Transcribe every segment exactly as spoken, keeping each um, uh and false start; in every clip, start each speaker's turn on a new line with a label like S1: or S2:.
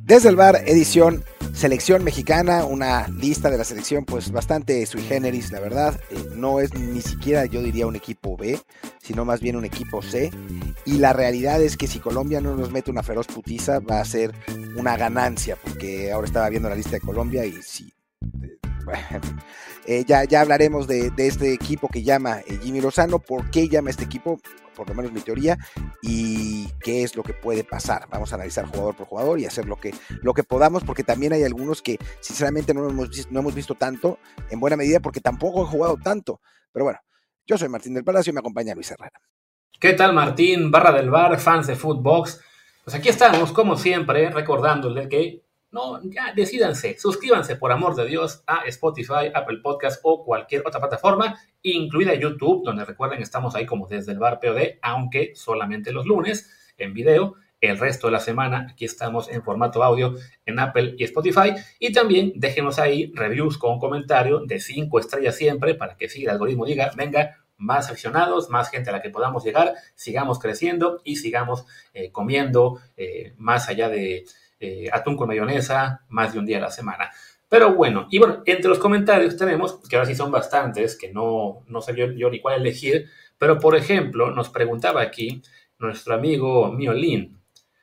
S1: Desde el Bar, edición selección mexicana, una lista de la selección pues bastante sui generis, la verdad. Eh, no es ni siquiera, yo diría, un equipo B, sino más bien un equipo C. Y la realidad es que si Colombia no nos mete una feroz putiza, va a ser una ganancia, porque ahora estaba viendo la lista de Colombia y sí. Eh, bueno, eh, ya, ya hablaremos de, de este equipo que llama eh, Jimmy Lozano, por qué llama este equipo, por lo menos mi teoría, y qué es lo que puede pasar. Vamos a analizar jugador por jugador y hacer lo que, lo que podamos, porque también hay algunos que sinceramente no hemos, no hemos visto tanto, en buena medida porque tampoco han jugado tanto. Pero bueno, yo soy Martín del Palacio y me acompaña Luis Herrera.
S2: ¿Qué tal, Martín? Barra del Bar, fans de Footbox. Pues aquí estamos, como siempre, recordándoles que no, ya decídanse, suscríbanse por amor de Dios a Spotify, Apple Podcast o cualquier otra plataforma, incluida YouTube, donde recuerden estamos ahí como Desde el Bar P O D, aunque solamente los lunes en video. El resto de la semana aquí estamos en formato audio en Apple y Spotify. Y también déjenos ahí reviews con comentario de cinco estrellas siempre para que siga el algoritmo diga, venga, más aficionados, más gente a la que podamos llegar, sigamos creciendo y sigamos eh, comiendo eh, más allá de eh, atún con mayonesa, más de un día a la semana. Pero bueno, y bueno, entre los comentarios tenemos, que ahora sí son bastantes, que no, no sé yo, yo ni cuál elegir, pero por ejemplo, nos preguntaba aquí nuestro amigo Miolín,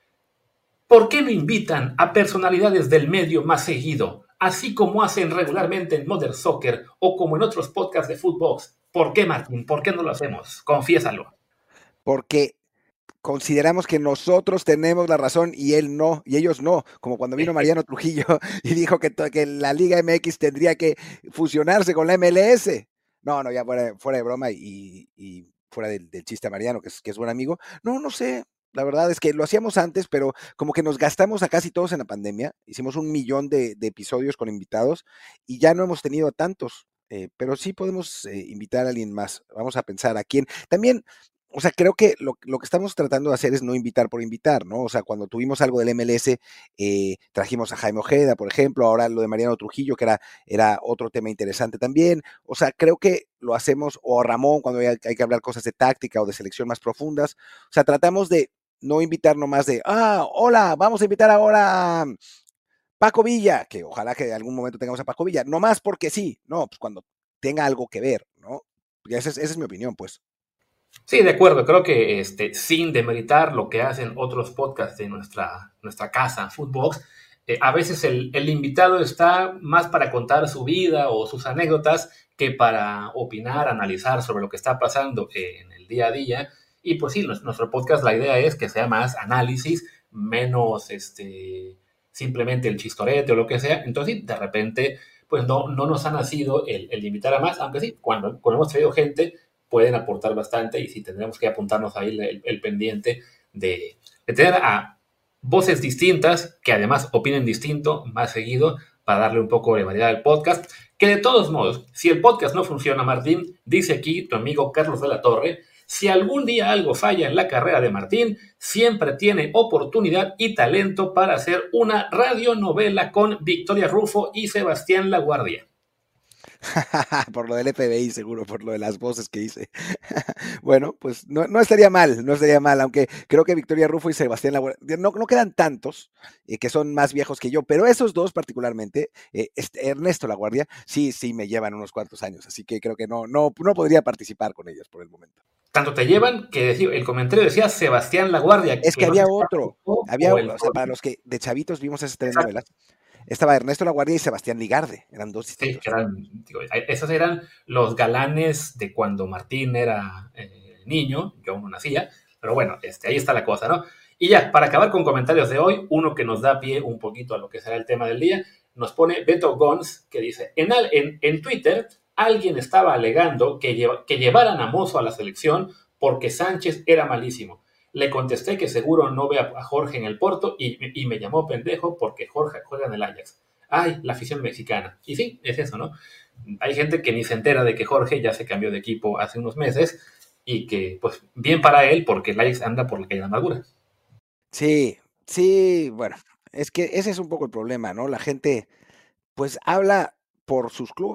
S2: ¿por qué no invitan a personalidades del medio más seguido, así como hacen regularmente en Modern Soccer o como en otros podcasts de Footbox? ¿Por qué, Martín? ¿Por qué no lo hacemos? Confiésalo.
S1: Porque consideramos que nosotros tenemos la razón y él no, y ellos no, como cuando vino Mariano Trujillo y dijo que, to- que la Liga M X tendría que fusionarse con la M L S. No, no, ya fuera, fuera de broma y, y fuera del, del chiste a Mariano, que es, que es buen amigo. No, no sé. La verdad es que lo hacíamos antes, pero como que nos gastamos a casi todos en la pandemia. Hicimos un millón de, de episodios con invitados y ya no hemos tenido a tantos. Eh, pero sí podemos eh, invitar a alguien más. Vamos a pensar a quién. También o sea, creo que lo, lo, que estamos tratando de hacer es no invitar por invitar, ¿no? O sea, cuando tuvimos algo del M L S, eh, trajimos a Jaime Ojeda, por ejemplo, ahora lo de Mariano Trujillo, que era, era otro tema interesante también. O sea, creo que lo hacemos, o a Ramón, cuando hay, hay que hablar cosas de táctica o de selección más profundas. O sea, tratamos de no invitar nomás de, ah, hola, vamos a invitar ahora a Paco Villa, que ojalá que en algún momento tengamos a Paco Villa, nomás porque sí, no, pues cuando tenga algo que ver, ¿no? Esa es, esa es mi opinión, pues.
S2: Sí, de acuerdo. Creo que este, sin demeritar lo que hacen otros podcasts de nuestra, nuestra casa, Footbox, eh, a veces el, el invitado está más para contar su vida o sus anécdotas que para opinar, analizar sobre lo que está pasando en el día a día. Y pues sí, nuestro podcast, la idea es que sea más análisis, menos este, simplemente el chistorete o lo que sea. Entonces, sí, de repente, pues no, no nos ha nacido el, el invitar a más, aunque sí, cuando, cuando hemos traído gente pueden aportar bastante y sí tendremos que apuntarnos ahí el, el pendiente de, de tener a voces distintas que además opinen distinto más seguido para darle un poco de variedad al podcast, que de todos modos, si el podcast no funciona, Martín, dice aquí tu amigo Carlos de la Torre, si algún día algo falla en la carrera de Martín, siempre tiene oportunidad y talento para hacer una radionovela con Victoria Rufo y Sebastián Laguardia.
S1: Por lo del F B I, seguro, por lo de las voces que hice. Bueno, pues no, no estaría mal, no estaría mal, aunque creo que Victoria Rufo y Sebastián Laguardia, no, no quedan tantos, eh, que son más viejos que yo, pero esos dos particularmente, eh, este, Ernesto Laguardia, sí, sí me llevan unos cuantos años, así que creo que no, no, no podría participar con ellos por el momento.
S2: Tanto te llevan que decía, el comentario decía Sebastián Laguardia,
S1: Es
S2: que
S1: que
S2: no sé
S1: había
S2: si
S1: otro, había,
S2: o el...
S1: o sea, para los que de chavitos vimos esas
S2: Exacto.
S1: telenovelas, estaba Ernesto Laguardia y Sebastián Ligarde, eran dos
S2: Sí,
S1: distintos.
S2: que eran, digo, esos eran los galanes de cuando Martín era eh, niño, yo aún no nacía, pero bueno, este, ahí está la cosa, ¿no? Y ya, para acabar con comentarios de hoy, uno que nos da pie un poquito a lo que será el tema del día, nos pone Beto Gons, que dice, en, al, en, en Twitter alguien estaba alegando que, lleva, que llevaran a Mozo a la selección porque Sánchez era malísimo. Le contesté que seguro no ve a Jorge en el Porto y, y me llamó pendejo porque Jorge juega en el Ajax. Ay, la afición mexicana. Y sí, es eso, ¿no? Hay gente que ni se entera de que Jorge ya se cambió de equipo hace unos meses y que, pues, bien para él porque el Ajax anda por la calle de la amargura.
S1: Sí, sí, bueno, es que ese es un poco el problema, ¿no? La gente, pues, habla por sus clubes.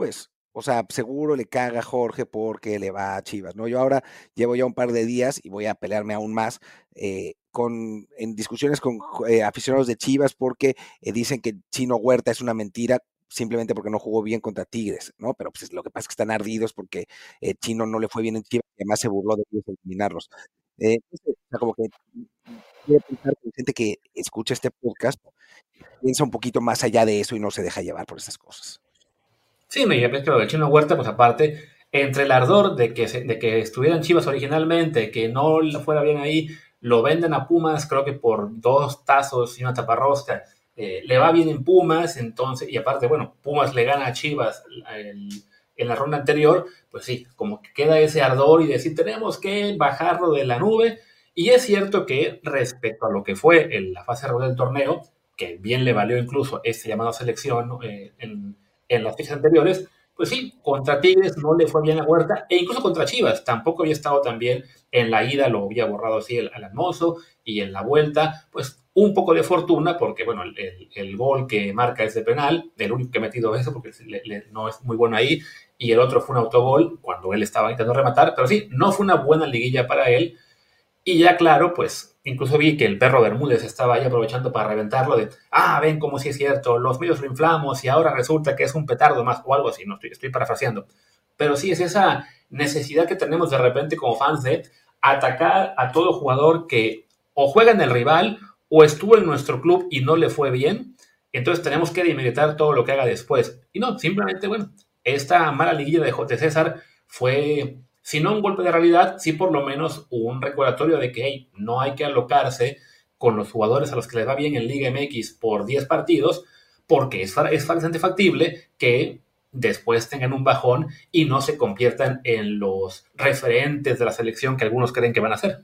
S1: O sea, seguro le caga a Jorge porque le va a Chivas, ¿no? Yo ahora llevo ya un par de días y voy a pelearme aún más eh, con, en discusiones con eh, aficionados de Chivas porque eh, dicen que Chino Huerta es una mentira simplemente porque no jugó bien contra Tigres, ¿no? Pero pues lo que pasa es que están ardidos porque eh, Chino no le fue bien en Chivas y además se burló de ellos eliminarlos. Eh, entonces, o sea, como que quiero pensar que hay gente que escucha este podcast piensa un poquito más allá de eso y no se deja llevar por esas cosas.
S2: Sí, me parece que lo del Chino Huerta, pues aparte, entre el ardor de que, se, de que estuvieran Chivas originalmente, que no le fuera bien ahí, lo venden a Pumas, creo que por dos tazos y una taparrosca, eh, le va bien en Pumas, entonces, y aparte, bueno, Pumas le gana a Chivas el, en la ronda anterior, pues sí, como que queda ese ardor y decir, tenemos que bajarlo de la nube, y es cierto que respecto a lo que fue en la fase regular del torneo, que bien le valió incluso ese llamado a selección, ¿no? eh, en en las fechas anteriores, pues sí, contra Tigres no le fue bien a Huerta, e incluso contra Chivas, tampoco había estado tan bien en la ida, lo había borrado así el, al hermoso, y en la vuelta, pues un poco de fortuna, porque bueno, el, el, el gol que marca es de penal, el único que ha metido eso, porque le, le, no es muy bueno ahí, y el otro fue un autogol cuando él estaba intentando rematar, pero sí, no fue una buena liguilla para él, y ya claro, pues incluso vi que el perro Bermúdez estaba ahí aprovechando para reventarlo de, ah, ven como si es cierto, los medios lo inflamos y ahora resulta que es un petardo más o algo así, no estoy, estoy parafraseando. Pero sí es esa necesidad que tenemos de repente como fans de atacar a todo jugador que o juega en el rival o estuvo en nuestro club y no le fue bien, entonces tenemos que demeritar todo lo que haga después. Y no, simplemente, bueno, esta mala liguilla de J. César fue si no un golpe de realidad, sí por lo menos un recordatorio de que hey, no hay que alocarse con los jugadores a los que les va bien en Liga M X por diez partidos, porque es, es bastante factible que después tengan un bajón y no se conviertan en los referentes de la selección que algunos creen que van a ser.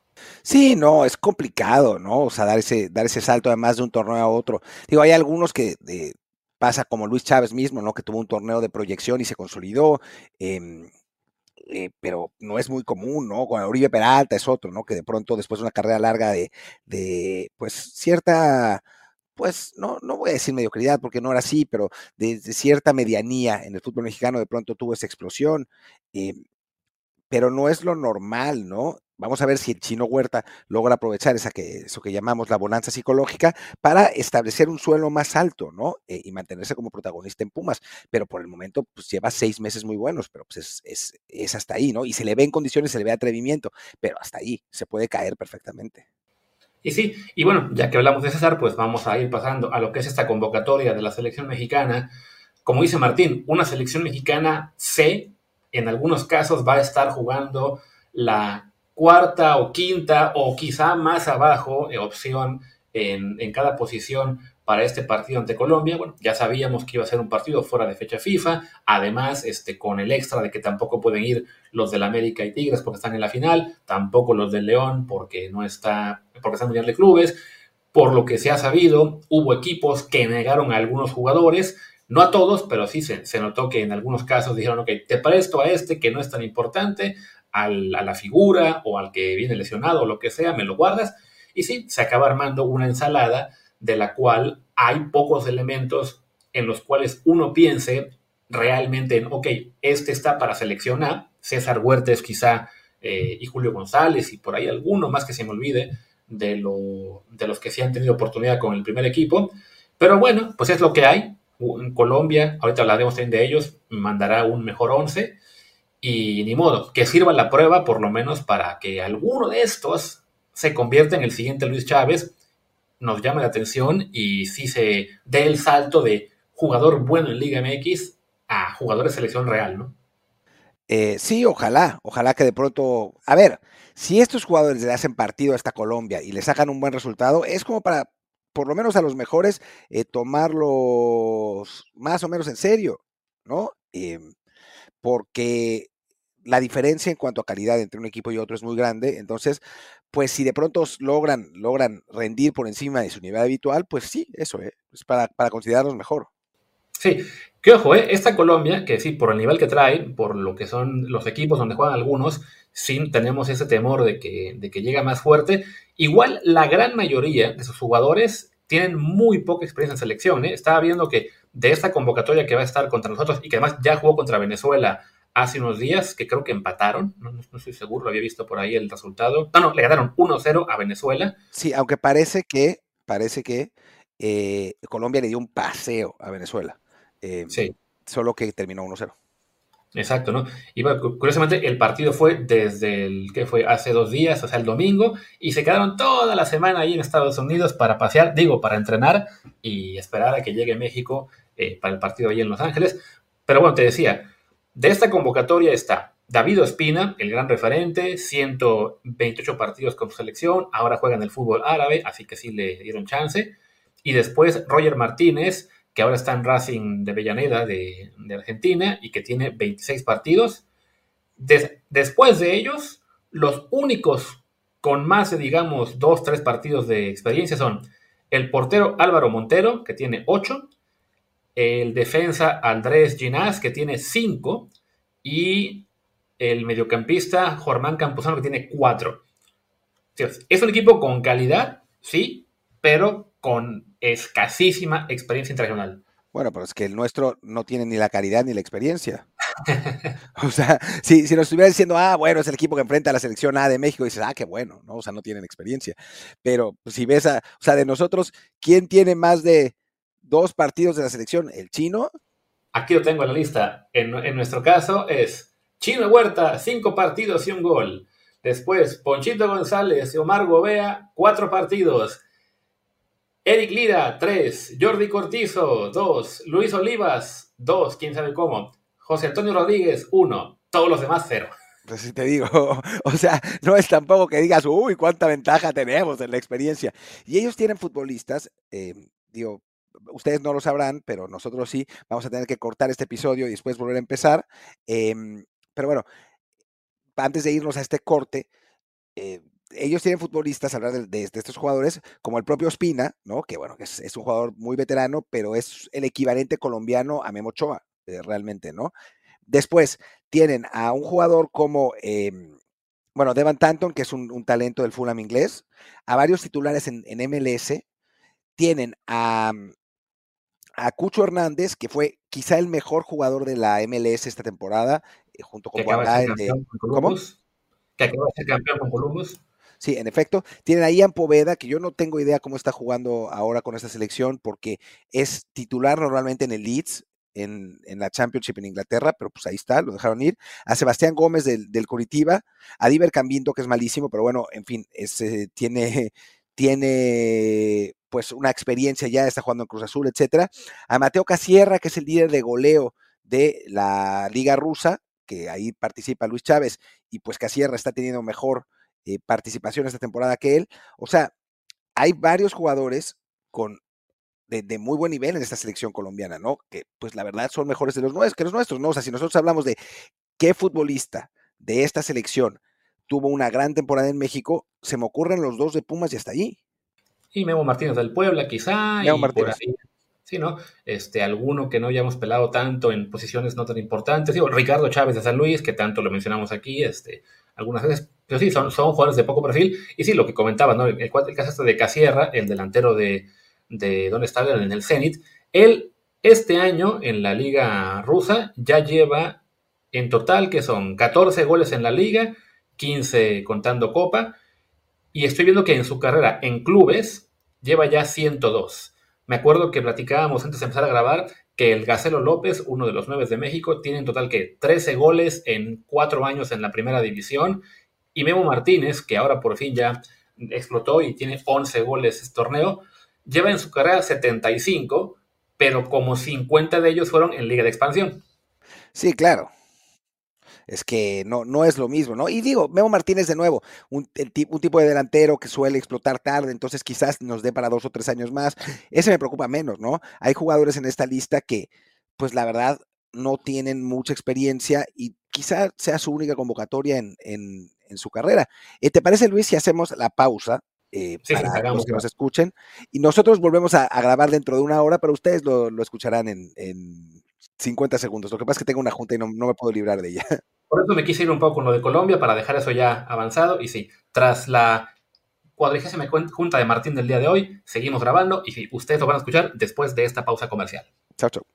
S1: Sí, no, es complicado, ¿no? O sea, dar ese, dar ese salto además de un torneo a otro. Digo, hay algunos que eh, pasa como Luis Chávez mismo, ¿no? Que tuvo un torneo de proyección y se consolidó. Eh, eh, pero no es muy común, ¿no? Con Oribe Peralta es otro, ¿no? Que de pronto después de una carrera larga de, de pues cierta, pues no, no voy a decir mediocridad porque no era así, pero de, de cierta medianía en el fútbol mexicano de pronto tuvo esa explosión, eh, pero no es lo normal, ¿no? Vamos a ver si el Chino Huerta logra aprovechar esa que, eso que llamamos la bonanza psicológica para establecer un suelo más alto, ¿no? Eh, y mantenerse como protagonista en Pumas. Pero por el momento, pues lleva seis meses muy buenos, pero pues es, es, es hasta ahí, ¿no? Y se le ve en condiciones, se le ve atrevimiento, pero hasta ahí se puede caer perfectamente.
S2: Y sí, y bueno, ya que hablamos de César, pues vamos a ir pasando a lo que es esta convocatoria de la selección mexicana. Como dice Martín, una selección mexicana C, en algunos casos va a estar jugando la cuarta o quinta o quizá más abajo eh, opción en, en cada posición para este partido ante Colombia. Bueno, ya sabíamos que iba a ser un partido fuera de fecha FIFA, además este, con el extra de que tampoco pueden ir los del América y Tigres porque están en la final, tampoco los del León porque no está, porque están en Mundial de Clubes. Por lo que se ha sabido, hubo equipos que negaron a algunos jugadores, no a todos, pero sí se, se notó que en algunos casos dijeron, ok, te presto a este que no es tan importante, al, a la figura o al que viene lesionado o lo que sea, me lo guardas. Y sí, se acaba armando una ensalada de la cual hay pocos elementos en los cuales uno piense realmente en, ok, este está para selección A, César Huertes quizá eh, y Julio González y por ahí alguno más que se me olvide de, lo, de los que sí han tenido oportunidad con el primer equipo. Pero bueno, pues es lo que hay. En Colombia, ahorita hablaremos también de ellos, mandará un mejor once y ni modo, que sirva la prueba por lo menos para que alguno de estos se convierta en el siguiente Luis Chávez, nos llame la atención y sí se dé el salto de jugador bueno en Liga M X a jugador de selección real, ¿no?
S1: Eh, sí, ojalá, ojalá que de pronto, a ver, si estos jugadores le hacen partido a esta Colombia y le sacan un buen resultado, es como para, por lo menos a los mejores, eh, tomarlos más o menos en serio, ¿no? Eh, porque la diferencia en cuanto a calidad entre un equipo y otro es muy grande, entonces, pues si de pronto logran, logran rendir por encima de su nivel habitual, pues sí, eso, ¿eh? Es para, para considerarlos mejor.
S2: Sí, que ojo, ¿eh? Esta Colombia, que sí, por el nivel que trae, por lo que son los equipos donde juegan algunos, sí tenemos ese temor de que, de que llega más fuerte. Igual la gran mayoría de sus jugadores tienen muy poca experiencia en selección. ¿eh? Estaba viendo que de esta convocatoria que va a estar contra nosotros y que además ya jugó contra Venezuela hace unos días, que creo que empataron, no, no, no estoy seguro, lo había visto por ahí el resultado. No, no, le ganaron uno cero a Venezuela.
S1: Sí, aunque parece que, parece que eh, Colombia le dio un paseo a Venezuela, eh,
S2: Sí.
S1: solo que terminó uno cero.
S2: Exacto, ¿no? Y bueno, curiosamente el partido fue desde el que fue hace dos días, o sea, el domingo, y se quedaron toda la semana ahí en Estados Unidos para pasear, digo, para entrenar y esperar a que llegue México eh, para el partido ahí en Los Ángeles. Pero bueno, te decía, de esta convocatoria está David Ospina, el gran referente, ciento veintiocho partidos con su selección, ahora juega en el fútbol árabe, así que sí le dieron chance. Y después Roger Martínez, que ahora está en Racing de Avellaneda de, de Argentina y que tiene veintiséis partidos. Des, después de ellos, los únicos con más de, digamos, dos, tres partidos de experiencia son el portero Álvaro Montero, que tiene ocho, el defensa Andrés Ginás, que tiene cinco, y el mediocampista Jormán Campuzano, que tiene cuatro. Es un equipo con calidad, sí, pero con escasísima experiencia internacional.
S1: Bueno, pero es que el nuestro no tiene ni la calidad ni la experiencia. O sea, si, si nos estuviera diciendo, ah, bueno, es el equipo que enfrenta a la selección A de México, dices, ah, qué bueno, ¿no? O sea, no tienen experiencia. Pero pues, si ves a, o sea, de nosotros, ¿quién tiene más de dos partidos de la selección? ¿El chino?
S2: Aquí lo tengo en la lista. En, en nuestro caso es Chino Huerta, cinco partidos y un gol. Después, Ponchito González y Omar Gobea, cuatro partidos. Eric Lira, tres. Jordi Cortizo, dos. Luis Olivas, dos. Quién sabe cómo. José Antonio Rodríguez, uno. Todos los demás, cero.
S1: Pues sí te digo, o sea, no es tampoco que digas, uy, cuánta ventaja tenemos en la experiencia. Y ellos tienen futbolistas, eh, digo, ustedes no lo sabrán, pero nosotros sí, vamos a tener que cortar este episodio y después volver a empezar. Eh, pero bueno, antes de irnos a este corte, eh, ellos tienen futbolistas, hablar de, de, de, estos jugadores, como el propio Ospina, ¿no? Que bueno, es, es un jugador muy veterano, pero es el equivalente colombiano a Memo Ochoa, eh, realmente, ¿no? Después tienen a un jugador como, eh, bueno, Devan Tanton, que es un, un, talento del Fulham inglés, a varios titulares en, en M L S, tienen a, a Cucho Hernández, que fue quizá el mejor jugador de la M L S esta temporada, eh, junto con Boadá, el de... ¿Cómo?
S2: Que acaba de ser campeón con Columbus.
S1: Sí, en efecto. Tienen a Ian Poveda, que yo no tengo idea cómo está jugando ahora con esta selección, porque es titular normalmente en el Leeds, en, en la Championship en Inglaterra, pero pues ahí está, lo dejaron ir. A Sebastián Gómez del, del Curitiba, a Diver Cambindo, que es malísimo, pero bueno, en fin, es, eh, tiene, tiene pues una experiencia ya, está jugando en Cruz Azul, etcétera. A Mateo Casierra, que es el líder de goleo de la Liga Rusa, que ahí participa Luis Chávez, y pues Casierra está teniendo mejor eh, participación esta temporada que él. O sea, hay varios jugadores con de, de, muy buen nivel en esta selección colombiana, ¿no? Que pues la verdad son mejores de los nuestros, que los nuestros, ¿no? O sea, si nosotros hablamos de qué futbolista de esta selección tuvo una gran temporada en México, se me ocurren los dos de Pumas y hasta allí.
S2: Y Memo Martínez del Puebla, quizá,
S1: Memo
S2: y
S1: Martínez.
S2: por ahí, sí, ¿no? Este, alguno que no hayamos pelado tanto en posiciones no tan importantes. Digo, Ricardo Chávez de San Luis, que tanto lo mencionamos aquí, este, algunas veces, pero sí, son, son jugadores de poco perfil. Y sí, lo que comentaba, ¿no? El, el, el caso este de Casierra, el delantero de, de ¿dónde está? En el Zenit. Él, este año, en la liga rusa, ya lleva en total, que son catorce goles en la liga, quince contando Copa, y estoy viendo que en su carrera en clubes lleva ya ciento dos. Me acuerdo que platicábamos antes de empezar a grabar que el Gacelo López, uno de los nueve de México, tiene en total que trece goles en cuatro años en la primera división. Y Memo Martínez, que ahora por fin ya explotó y tiene once goles este torneo, lleva en su carrera setenta y cinco, pero como cincuenta de ellos fueron en Liga de Expansión.
S1: Sí, claro. Es que no, no es lo mismo, ¿no? Y digo, Memo Martínez de nuevo, un, el, un tipo de delantero que suele explotar tarde, entonces quizás nos dé para dos o tres años más. Ese me preocupa menos, ¿no? Hay jugadores en esta lista que, pues la verdad, no tienen mucha experiencia y quizás sea su única convocatoria en, en, en su carrera. Eh, ¿Te parece, Luis, si hacemos la pausa? Eh,
S2: sí,
S1: para
S2: sí,
S1: los que nos escuchen, y nosotros volvemos a, a grabar dentro de una hora, pero ustedes lo, lo escucharán en, en cincuenta segundos. Lo que pasa es que tengo una junta y no, no me puedo librar de ella.
S2: Por eso me quise ir un poco con lo de Colombia para dejar eso ya avanzado. Y sí, tras la cuadragésima junta de Martín del día de hoy. Seguimos grabando y ustedes lo van a escuchar después de esta pausa comercial.
S1: Chao, chao.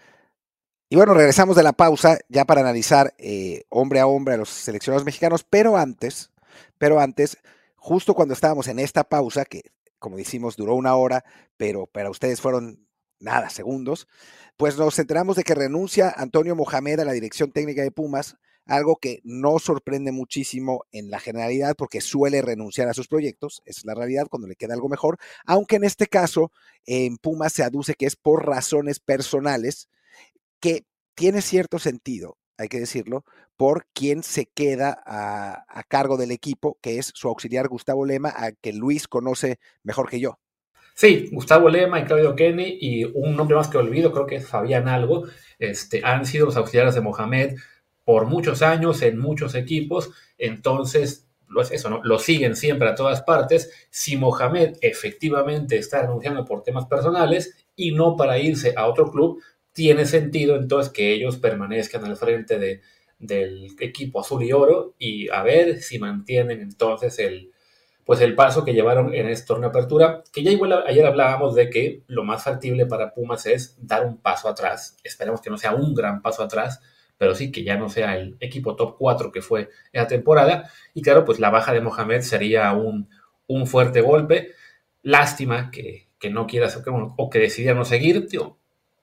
S1: Y bueno, regresamos de la pausa ya para analizar eh, hombre a hombre a los seleccionados mexicanos, pero antes, pero antes, justo cuando estábamos en esta pausa, que como decimos duró una hora, pero para ustedes fueron nada, segundos, pues nos enteramos de que renuncia Antonio Mohamed a la dirección técnica de Pumas, algo que no sorprende muchísimo en la generalidad porque suele renunciar a sus proyectos, esa es la realidad cuando le queda algo mejor, aunque en este caso en Pumas se aduce que es por razones personales, que tiene cierto sentido, hay que decirlo, por quien se queda a, a cargo del equipo, que es su auxiliar Gustavo Lema, a que Luis conoce mejor que yo.
S2: Sí, Gustavo Lema y Claudio Kenny, y un nombre más que olvido, creo que es Fabián Algo, este, han sido los auxiliares de Mohamed por muchos años en muchos equipos, entonces eso, ¿no? Lo siguen siempre a todas partes. Si Mohamed efectivamente está renunciando por temas personales y no para irse a otro club, tiene sentido entonces que ellos permanezcan al frente de, del equipo azul y oro y a ver si mantienen entonces el, pues el paso que llevaron en este torneo de apertura, que ya igual ayer hablábamos de que lo más factible para Pumas es dar un paso atrás. Esperemos que no sea un gran paso atrás, pero sí que ya no sea el equipo top cuatro que fue en la temporada. Y claro, pues la baja de Mohamed sería un, un fuerte golpe. Lástima que, que no quiera o que decidiera no seguir, tío.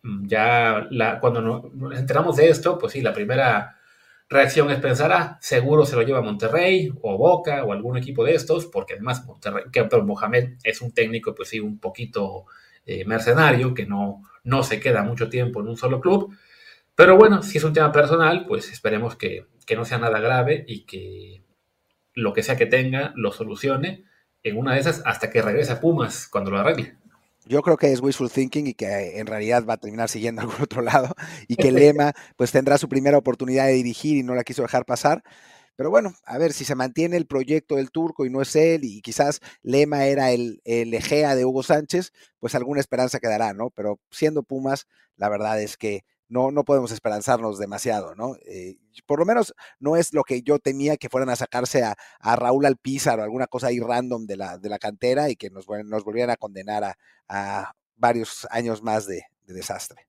S2: Ya la, cuando nos enteramos de esto, pues sí, la primera reacción es pensar, ah, seguro se lo lleva Monterrey o Boca o algún equipo de estos, porque además Monterrey, que, pero Mohamed es un técnico, pues sí, un poquito eh, mercenario, que no, no se queda mucho tiempo en un solo club. Pero bueno, si es un tema personal, pues esperemos que, que no sea nada grave y que lo que sea que tenga lo solucione en una de esas hasta que regrese a Pumas cuando lo arregle.
S1: Yo creo que es wishful thinking y que en realidad va a terminar siguiendo a algún otro lado y que Lema pues tendrá su primera oportunidad de dirigir y no la quiso dejar pasar. Pero bueno, a ver si se mantiene el proyecto del turco y no es él y quizás Lema era el, el Egea de Hugo Sánchez, pues alguna esperanza quedará, ¿no? Pero siendo Pumas, la verdad es que no, no podemos esperanzarnos demasiado, ¿no? Eh, por lo menos no es lo que yo temía que fueran a sacarse a, a Raúl Alpizar o alguna cosa ahí random de la, de la cantera y que nos, nos volvieran a condenar a, a varios años más de, de desastre.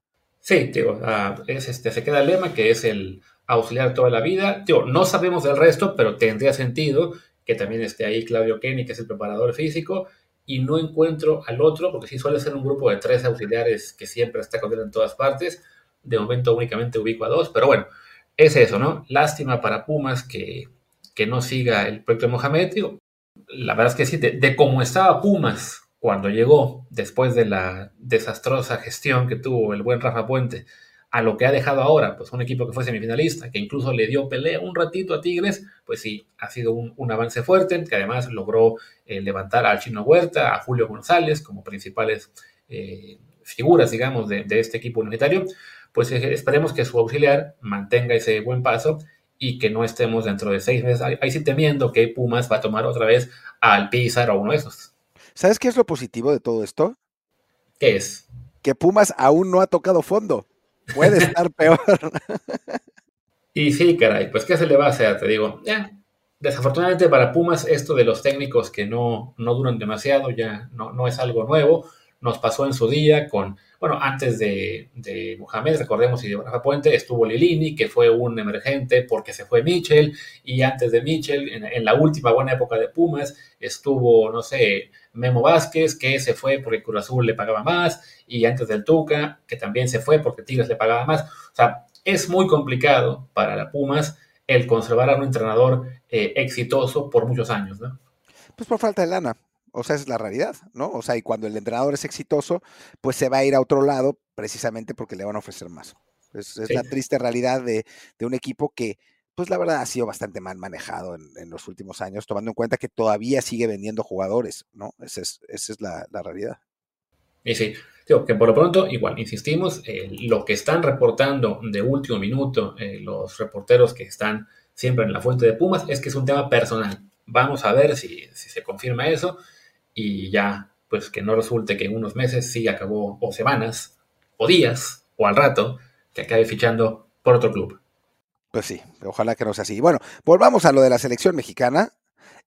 S2: Sí, digo, uh, es este, se queda Lema, que es el auxiliar toda la vida. Digo, no sabemos del resto, pero tendría sentido que también esté ahí Claudio Kenny, que es el preparador físico, y no encuentro al otro, porque sí suele ser un grupo de tres auxiliares que siempre está con él en todas partes. De momento únicamente ubico a dos, pero bueno, es eso, ¿no? Lástima para Pumas que, que no siga el proyecto de Mohamed. Digo, la verdad es que sí, de, de cómo estaba Pumas cuando llegó, después de la desastrosa gestión que tuvo el buen Rafa Puente, a lo que ha dejado ahora, pues un equipo que fue semifinalista, que incluso le dio pelea un ratito a Tigres, pues sí, ha sido un, un avance fuerte, que además logró eh, levantar al Chino Huerta, a Julio González, como principales eh, figuras, digamos, de, de este equipo unitario. Pues eh, esperemos que su auxiliar mantenga ese buen paso y que no estemos dentro de seis meses ahí, ahí sí temiendo que Pumas va a tomar otra vez al Pizarro o uno de esos.
S1: ¿Sabes qué es lo positivo de todo esto?
S2: ¿Qué es?
S1: Que Pumas aún no ha tocado fondo. Puede estar peor.
S2: Y sí, caray, pues ¿qué se le va a hacer? Te digo, ya, desafortunadamente para Pumas esto de los técnicos que no, no duran demasiado ya no, no es algo nuevo. Nos pasó en su día con, bueno, antes de, de Mohamed, recordemos, y de Rafa Puente, estuvo Lilini, que fue un emergente porque se fue Michel, y antes de Michel, en, en la última buena época de Pumas, estuvo, no sé, Memo Vázquez, que se fue porque Cruz Azul le pagaba más, y antes del Tuca, que también se fue porque Tigres le pagaba más. O sea, es muy complicado para la Pumas el conservar a un entrenador eh, exitoso por muchos años, ¿no?
S1: Pues por falta de lana. O sea, esa es la realidad, ¿no? O sea, y cuando el entrenador es exitoso, pues se va a ir a otro lado precisamente porque le van a ofrecer más. Es, es sí. La triste realidad de, de un equipo que, pues la verdad, ha sido bastante mal manejado en, en los últimos años, tomando en cuenta que todavía sigue vendiendo jugadores, ¿no? Esa es, esa es la, la realidad.
S2: Y sí, digo, que por lo pronto, igual, insistimos, eh, lo que están reportando de último minuto eh, los reporteros que están siempre en la fuente de Pumas es que es un tema personal. Vamos a ver si, si se confirma eso y ya, pues que no resulte que en unos meses sí acabó, o semanas, o días, o al rato, que acabe fichando por otro club.
S1: Pues sí, ojalá que no sea así. Bueno, volvamos a lo de la selección mexicana.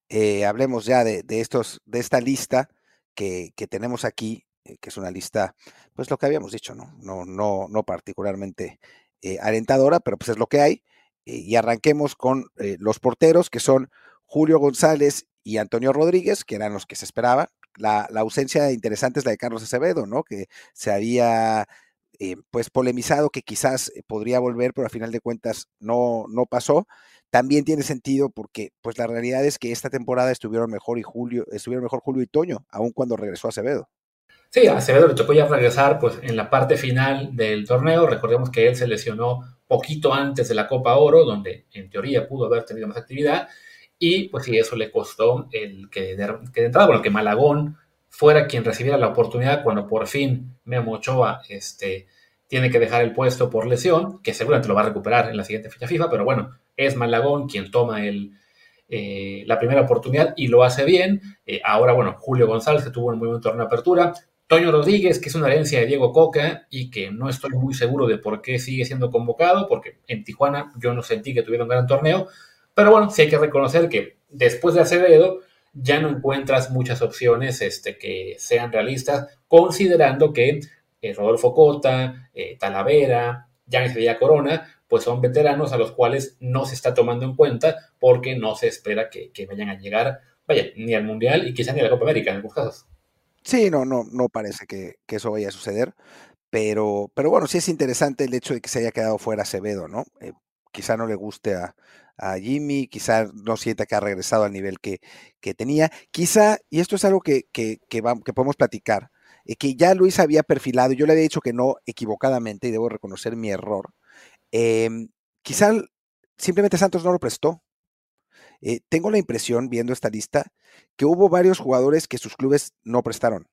S1: eh, hablemos ya de, de, estos, de esta lista que, que tenemos aquí, eh, que es una lista, pues lo que habíamos dicho, no, no, no, no particularmente eh, alentadora, pero pues es lo que hay. Eh, y arranquemos con eh, los porteros, que son Julio González y Antonio Rodríguez, que eran los que se esperaba. La, la ausencia interesante es la de Carlos Acevedo, ¿no? Que se había eh, pues polemizado que quizás podría volver, pero a final de cuentas no, no pasó. También tiene sentido porque pues la realidad es que esta temporada estuvieron mejor y Julio, estuvieron mejor Julio y Toño, aun cuando regresó Acevedo.
S2: Sí, a Acevedo le tocó ya regresar pues en la parte final del torneo. Recordemos que él se lesionó poquito antes de la Copa Oro, donde en teoría pudo haber tenido más actividad, y pues sí, eso le costó el que de, que de entrada, bueno, que Malagón fuera quien recibiera la oportunidad cuando por fin Memo Ochoa este, tiene que dejar el puesto por lesión, que seguramente lo va a recuperar en la siguiente fecha FIFA, pero bueno, es Malagón quien toma el, eh, la primera oportunidad y lo hace bien. Eh, ahora, bueno, Julio González, que tuvo un muy buen torneo de apertura. Toño Rodríguez, que es una herencia de Diego Coca y que no estoy muy seguro de por qué sigue siendo convocado, porque en Tijuana yo no sentí que tuviera un gran torneo, pero bueno, sí hay que reconocer que después de Acevedo ya no encuentras muchas opciones este, que sean realistas, considerando que eh, Rodolfo Cota, eh, Talavera, Yanis Villa Corona, pues son veteranos a los cuales no se está tomando en cuenta porque no se espera que, que vayan a llegar, vaya, ni al Mundial y quizá ni a la Copa América en algunos casos.
S1: Sí, no, no, no parece que, que eso vaya a suceder, pero, pero bueno, sí es interesante el hecho de que se haya quedado fuera Acevedo, ¿no? Eh, quizá no le guste a, a Jimmy, quizá no sienta que ha regresado al nivel que, que tenía, quizá, y esto es algo que, que, que, va, que podemos platicar, eh, que ya Luis había perfilado, yo le había dicho que no equivocadamente, y debo reconocer mi error, eh, quizá simplemente Santos no lo prestó. Eh, tengo la impresión, viendo esta lista, que hubo varios jugadores que sus clubes no prestaron.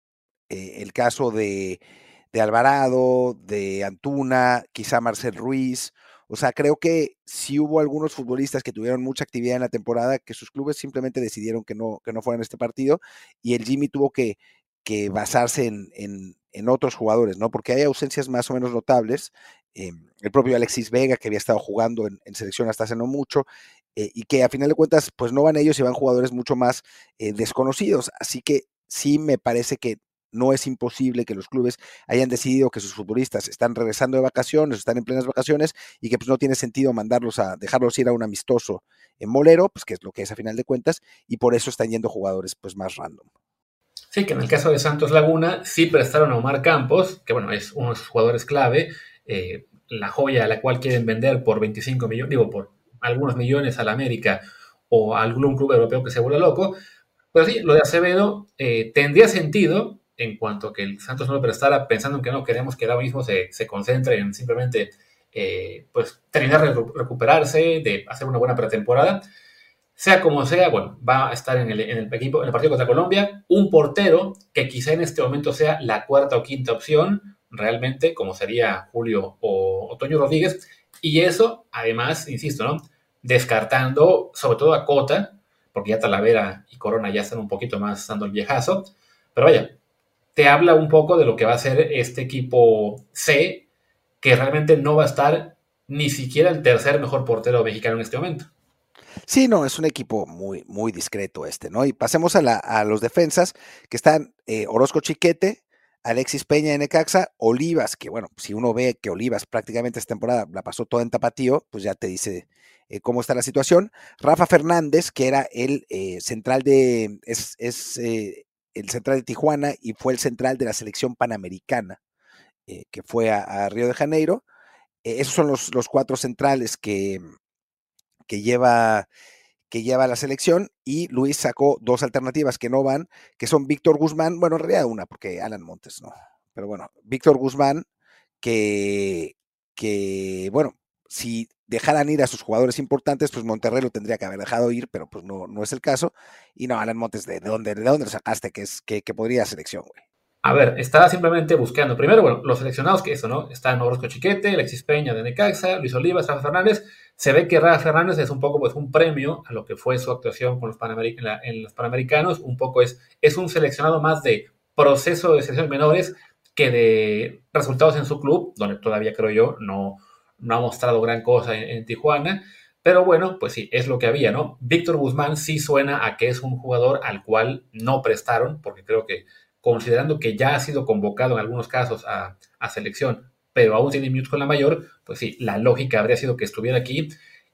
S1: Eh, el caso de, de Alvarado, de Antuna, quizá Marcel Ruiz. O sea, creo que sí hubo algunos futbolistas que tuvieron mucha actividad en la temporada que sus clubes simplemente decidieron que no, que no fueran este partido y el Jimmy tuvo que, que basarse en, en, en, otros jugadores, ¿no? Porque hay ausencias más o menos notables. Eh, el propio Alexis Vega, que había estado jugando en, en selección hasta hace no mucho, eh, y que a final de cuentas, pues no van ellos y van jugadores mucho más eh, desconocidos. Así que sí me parece que no es imposible que los clubes hayan decidido que sus futbolistas están regresando de vacaciones, están en plenas vacaciones y que pues no tiene sentido mandarlos a dejarlos ir a un amistoso en Molero, pues que es lo que es a final de cuentas, y por eso están yendo jugadores pues más random.
S2: Sí, que en el caso de Santos Laguna sí prestaron a Omar Campos, que bueno, es uno de sus jugadores clave, eh, la joya a la cual quieren vender por veinticinco millones, digo, por algunos millones a la América o a algún club europeo que se vuelva loco. Pero sí, lo de Acevedo eh, tendría sentido en cuanto a que el Santos no lo prestara, pensando en que no queremos que ahora mismo se, se concentre en simplemente eh, pues terminar de recuperarse, de hacer una buena pretemporada. Sea como sea, bueno, va a estar en el, en el equipo, en el partido contra Colombia, un portero que quizá en este momento sea la cuarta o quinta opción, realmente, como sería Julio o, o Toño Rodríguez, y eso, además, insisto, ¿no? Descartando sobre todo a Cota, porque ya Talavera y Corona ya están un poquito más dando el viejazo, pero vaya, te habla un poco de lo que va a ser este equipo C, que realmente no va a estar ni siquiera el tercer mejor portero mexicano en este momento.
S1: Sí, no, es un equipo muy, muy discreto este, ¿no? Y pasemos a, la, a los defensas, que están eh, Orozco Chiquete, Alexis Peña en Necaxa, Olivas, que bueno, si uno ve que Olivas prácticamente esta temporada la pasó toda en Tapatío, pues ya te dice eh, cómo está la situación. Rafa Fernández, que era el eh, central de, es, es eh, el central de Tijuana y fue el central de la selección panamericana, eh, que fue a, a Río de Janeiro. Eh, esos son los, los cuatro centrales que, que lleva que lleva la selección y Luis sacó dos alternativas que no van, que son Víctor Guzmán, bueno, en realidad una, porque Alan Montes no, pero bueno, Víctor Guzmán, que, que, bueno, si dejaran ir a sus jugadores importantes, pues Monterrey lo tendría que haber dejado ir, pero pues no, no es el caso, y no, Alan Montes, ¿de, de dónde, de dónde lo sacaste que, es, que, que podría selección, güey?
S2: A ver, estaba simplemente buscando, primero, bueno, los seleccionados que eso, ¿no? Están Orozco Chiquete, Alexis Peña de Necaxa, Luis Olivas, Rafa Fernández. Se ve que Rafa Fernández es un poco pues un premio a lo que fue su actuación con los Panameric en, la, en los Panamericanos, un poco es, es un seleccionado más de proceso de selecciones menores que de resultados en su club, donde todavía creo yo no, no ha mostrado gran cosa en, en Tijuana. Pero bueno, pues sí, es lo que había, ¿no? Víctor Guzmán sí suena a que es un jugador al cual no prestaron, porque creo que considerando que ya ha sido convocado en algunos casos a, a selección, pero aún tiene minutos con la mayor, pues sí, la lógica habría sido que estuviera aquí.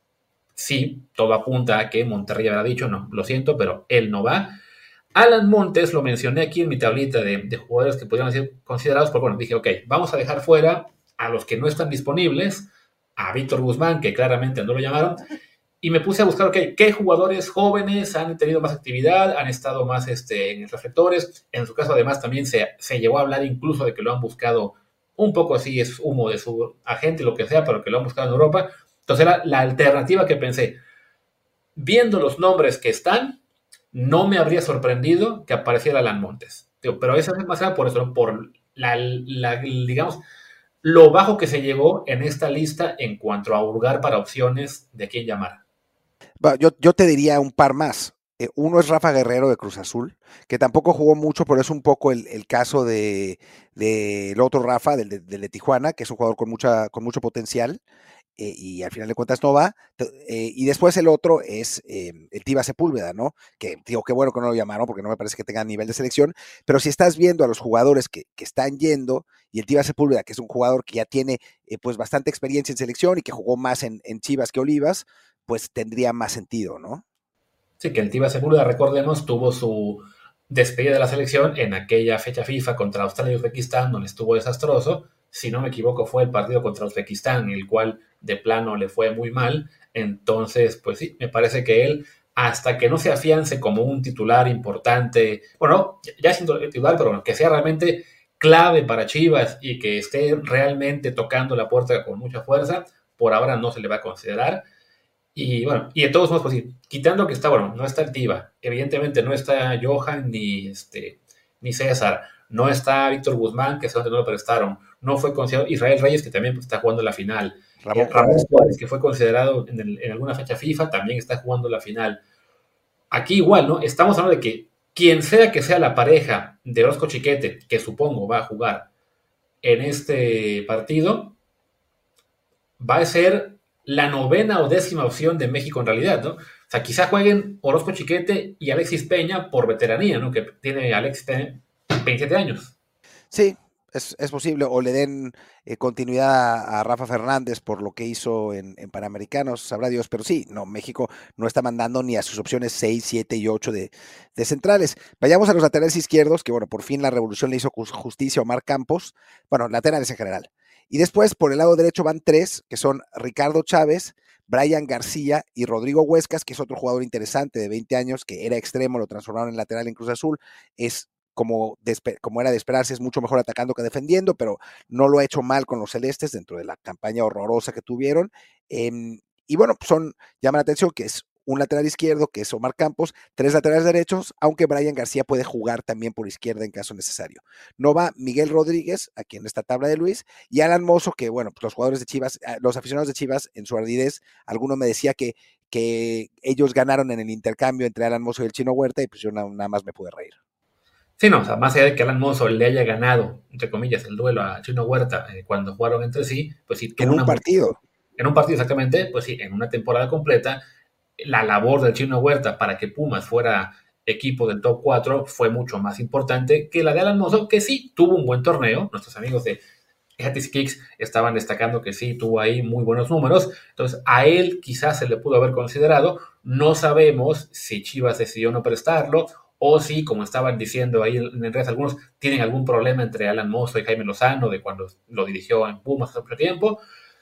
S2: Sí, todo apunta a que Monterrey habrá dicho, no, lo siento, pero él no va. Alan Montes lo mencioné aquí en mi tablita de, de jugadores que podrían ser considerados, pero bueno, dije, ok, vamos a dejar fuera a los que no están disponibles, a Víctor Guzmán, que claramente no lo llamaron, y me puse a buscar, ok, qué jugadores jóvenes han tenido más actividad, han estado más este, en reflectores. En su caso, además, también se, se llegó a hablar incluso de que lo han buscado un poco así, es humo de su agente, lo que sea, pero que lo han buscado en Europa. Entonces era la alternativa que pensé. Viendo los nombres que están, no me habría sorprendido que apareciera Alan Montes. Pero eso es más que nada por eso, ¿no? Por la, la, digamos, lo bajo que se llegó en esta lista en cuanto a hurgar para opciones de quién llamar.
S1: Yo, yo te diría un par más. Eh, uno es Rafa Guerrero de Cruz Azul, que tampoco jugó mucho, pero es un poco el, el caso del de, de otro Rafa, del de, del de Tijuana, que es un jugador con, mucha, con mucho potencial. Eh, y al final de cuentas no va. Eh, y después el otro es eh, el Tiva Sepúlveda, ¿no? Que digo, qué bueno que no lo llamaron porque no me parece que tenga nivel de selección, pero si estás viendo a los jugadores que, que están yendo, y el Tiva Sepúlveda, que es un jugador que ya tiene eh, pues bastante experiencia en selección y que jugó más en, en Chivas que Olivas, pues tendría más sentido, ¿no?
S2: Sí, que el Tiva Sepúlveda, recordemos, tuvo su despedida de la selección en aquella fecha FIFA contra Australia y Uzbekistán, donde estuvo desastroso. Si no me equivoco, fue el partido contra Uzbekistán, el cual de plano le fue muy mal. Entonces, pues sí, me parece que él, hasta que no se afiance como un titular importante, bueno, ya siendo titular, pero bueno, que sea realmente clave para Chivas y que esté realmente tocando la puerta con mucha fuerza, por ahora no se le va a considerar. Y bueno, y de todos modos, pues sí, quitando que está, bueno, no está activa, evidentemente no está Johan ni, este, ni César, no está Víctor Guzmán, que es donde no lo prestaron, no fue considerado Israel Reyes, que también pues, está jugando la final,
S1: Ramón
S2: eh, Ramón
S1: Juárez.
S2: Juárez, que fue considerado en, el, en alguna fecha FIFA, también está jugando la final. Aquí igual, ¿no? Estamos hablando de que quien sea que sea la pareja de Orozco Chiquete, que supongo va a jugar en este partido, va a ser la novena o décima opción de México en realidad, ¿no? O sea, quizá jueguen Orozco Chiquete y Alexis Peña por veteranía, ¿no? Que tiene Alexis Peña veintisiete años.
S1: Sí, es, es posible, o le den eh, continuidad a, a Rafa Fernández por lo que hizo en, en Panamericanos, sabrá Dios, pero sí, no, México no está mandando ni a sus opciones seis, siete y ocho de, de centrales. Vayamos a los laterales izquierdos, que bueno, por fin la revolución le hizo justicia a Omar Campos, bueno, laterales en general. Y después, por el lado derecho van tres, que son Ricardo Chávez, Brian García y Rodrigo Huescas, que es otro jugador interesante de veinte años, que era extremo, lo transformaron en lateral en Cruz Azul, es como, de, como era de esperarse, es mucho mejor atacando que defendiendo, pero no lo ha hecho mal con los celestes dentro de la campaña horrorosa que tuvieron. Eh, y bueno, pues son, llama la atención que es un lateral izquierdo, que es Omar Campos, tres laterales derechos, aunque Brian García puede jugar también por izquierda en caso necesario. No va Miguel Rodríguez, aquí en esta tabla de Luis, y Alan Mozo, que bueno, pues los jugadores de Chivas, los aficionados de Chivas, en su ardidez, alguno me decía que, que ellos ganaron en el intercambio entre Alan Mozo y el Chino Huerta, y pues yo nada, nada más me pude reír.
S2: Sí, no, o sea, más allá de que Alan Mozo le haya ganado, entre comillas, el duelo a Chino Huerta eh, cuando jugaron entre sí, pues sí, tuvo
S1: en un
S2: una...
S1: partido.
S2: En un partido exactamente, pues sí, en una temporada completa, la labor del Chino Huerta para que Pumas fuera equipo del top cuatro fue mucho más importante que la de Alan Mozo, que sí tuvo un buen torneo. Nuestros amigos de Hatis Kicks estaban destacando que sí tuvo ahí muy buenos números. Entonces, a él quizás se le pudo haber considerado. No sabemos si Chivas decidió no prestarlo o si, como estaban diciendo ahí en redes algunos, tienen algún problema entre Alan Mozo y Jaime Lozano de cuando lo dirigió en Pumas hace mucho tiempo.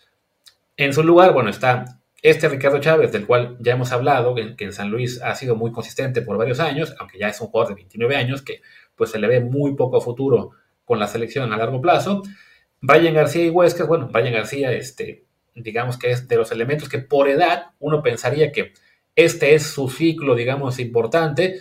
S2: En su lugar, bueno, está este Ricardo Chávez, del cual ya hemos hablado, que, que en San Luis ha sido muy consistente por varios años, aunque ya es un jugador de veintinueve años, que pues se le ve muy poco futuro con la selección a largo plazo. Brian García y Huescas, bueno, Brian García, este, digamos que es de los elementos que por edad uno pensaría que este es su ciclo, digamos, importante,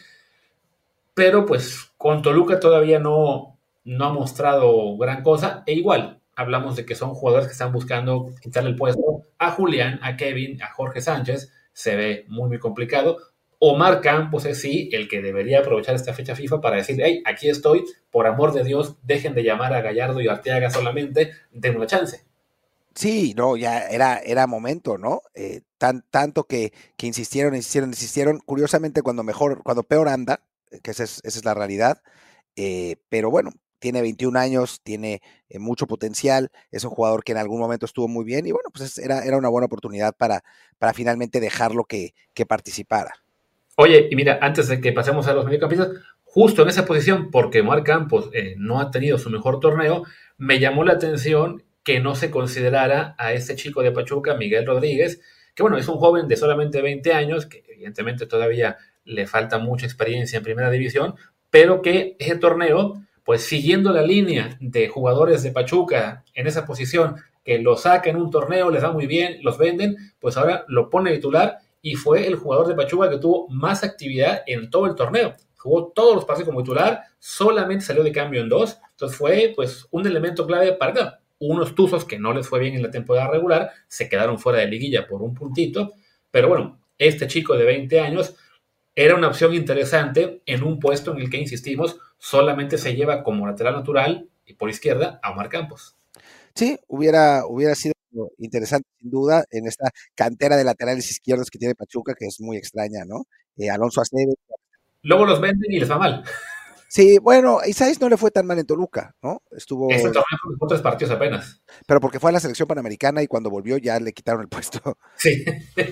S2: pero pues con Toluca todavía no, no ha mostrado gran cosa, e igual, hablamos de que son jugadores que están buscando quitarle el puesto a Julián, a Kevin, a Jorge Sánchez, se ve muy, muy complicado. Omar Campos es sí el que debería aprovechar esta fecha FIFA para decir, hey, aquí estoy, por amor de Dios, dejen de llamar a Gallardo y Arteaga solamente, denme una chance.
S1: Sí, no, ya era, era momento, ¿no? Eh, tan, tanto que, que insistieron, insistieron, insistieron. Curiosamente, cuando mejor, cuando peor anda, eh, que esa es, esa es la realidad. Eh, pero bueno, tiene veintiún años, tiene eh, mucho potencial, es un jugador que en algún momento estuvo muy bien y bueno, pues es- era, era una buena oportunidad para, para finalmente dejarlo que, que participara.
S2: Oye, y mira, antes de que pasemos a los mediocampistas, justo en esa posición, porque Omar Campos eh, no ha tenido su mejor torneo, me llamó la atención que no se considerara a este chico de Pachuca, Miguel Rodríguez, que bueno, es un joven de solamente veinte años, que evidentemente todavía le falta mucha experiencia en primera división, pero que ese torneo, pues siguiendo la línea de jugadores de Pachuca en esa posición, que lo sacan en un torneo, les va muy bien, los venden, pues ahora lo pone titular y fue el jugador de Pachuca que tuvo más actividad en todo el torneo. Jugó todos los partidos como titular, solamente salió de cambio en dos, entonces fue pues un elemento clave para que unos Tuzos que no les fue bien en la temporada regular se quedaron fuera de liguilla por un puntito, pero bueno, este chico de veinte años era una opción interesante en un puesto en el que, insistimos, solamente se lleva como lateral natural y por izquierda a Omar Campos.
S1: Sí, hubiera, hubiera sido interesante sin duda en esta cantera de laterales izquierdos que tiene Pachuca, que es muy extraña, ¿no? Eh, Alonso Aceves.
S2: Luego los venden y les va mal.
S1: Sí, bueno, Isaías no le fue tan mal en Toluca, ¿no?
S2: Este
S1: Estuvo,
S2: torneo jugó tres partidos apenas.
S1: pero porque fue a la selección panamericana y cuando volvió ya le quitaron el puesto.
S2: Sí,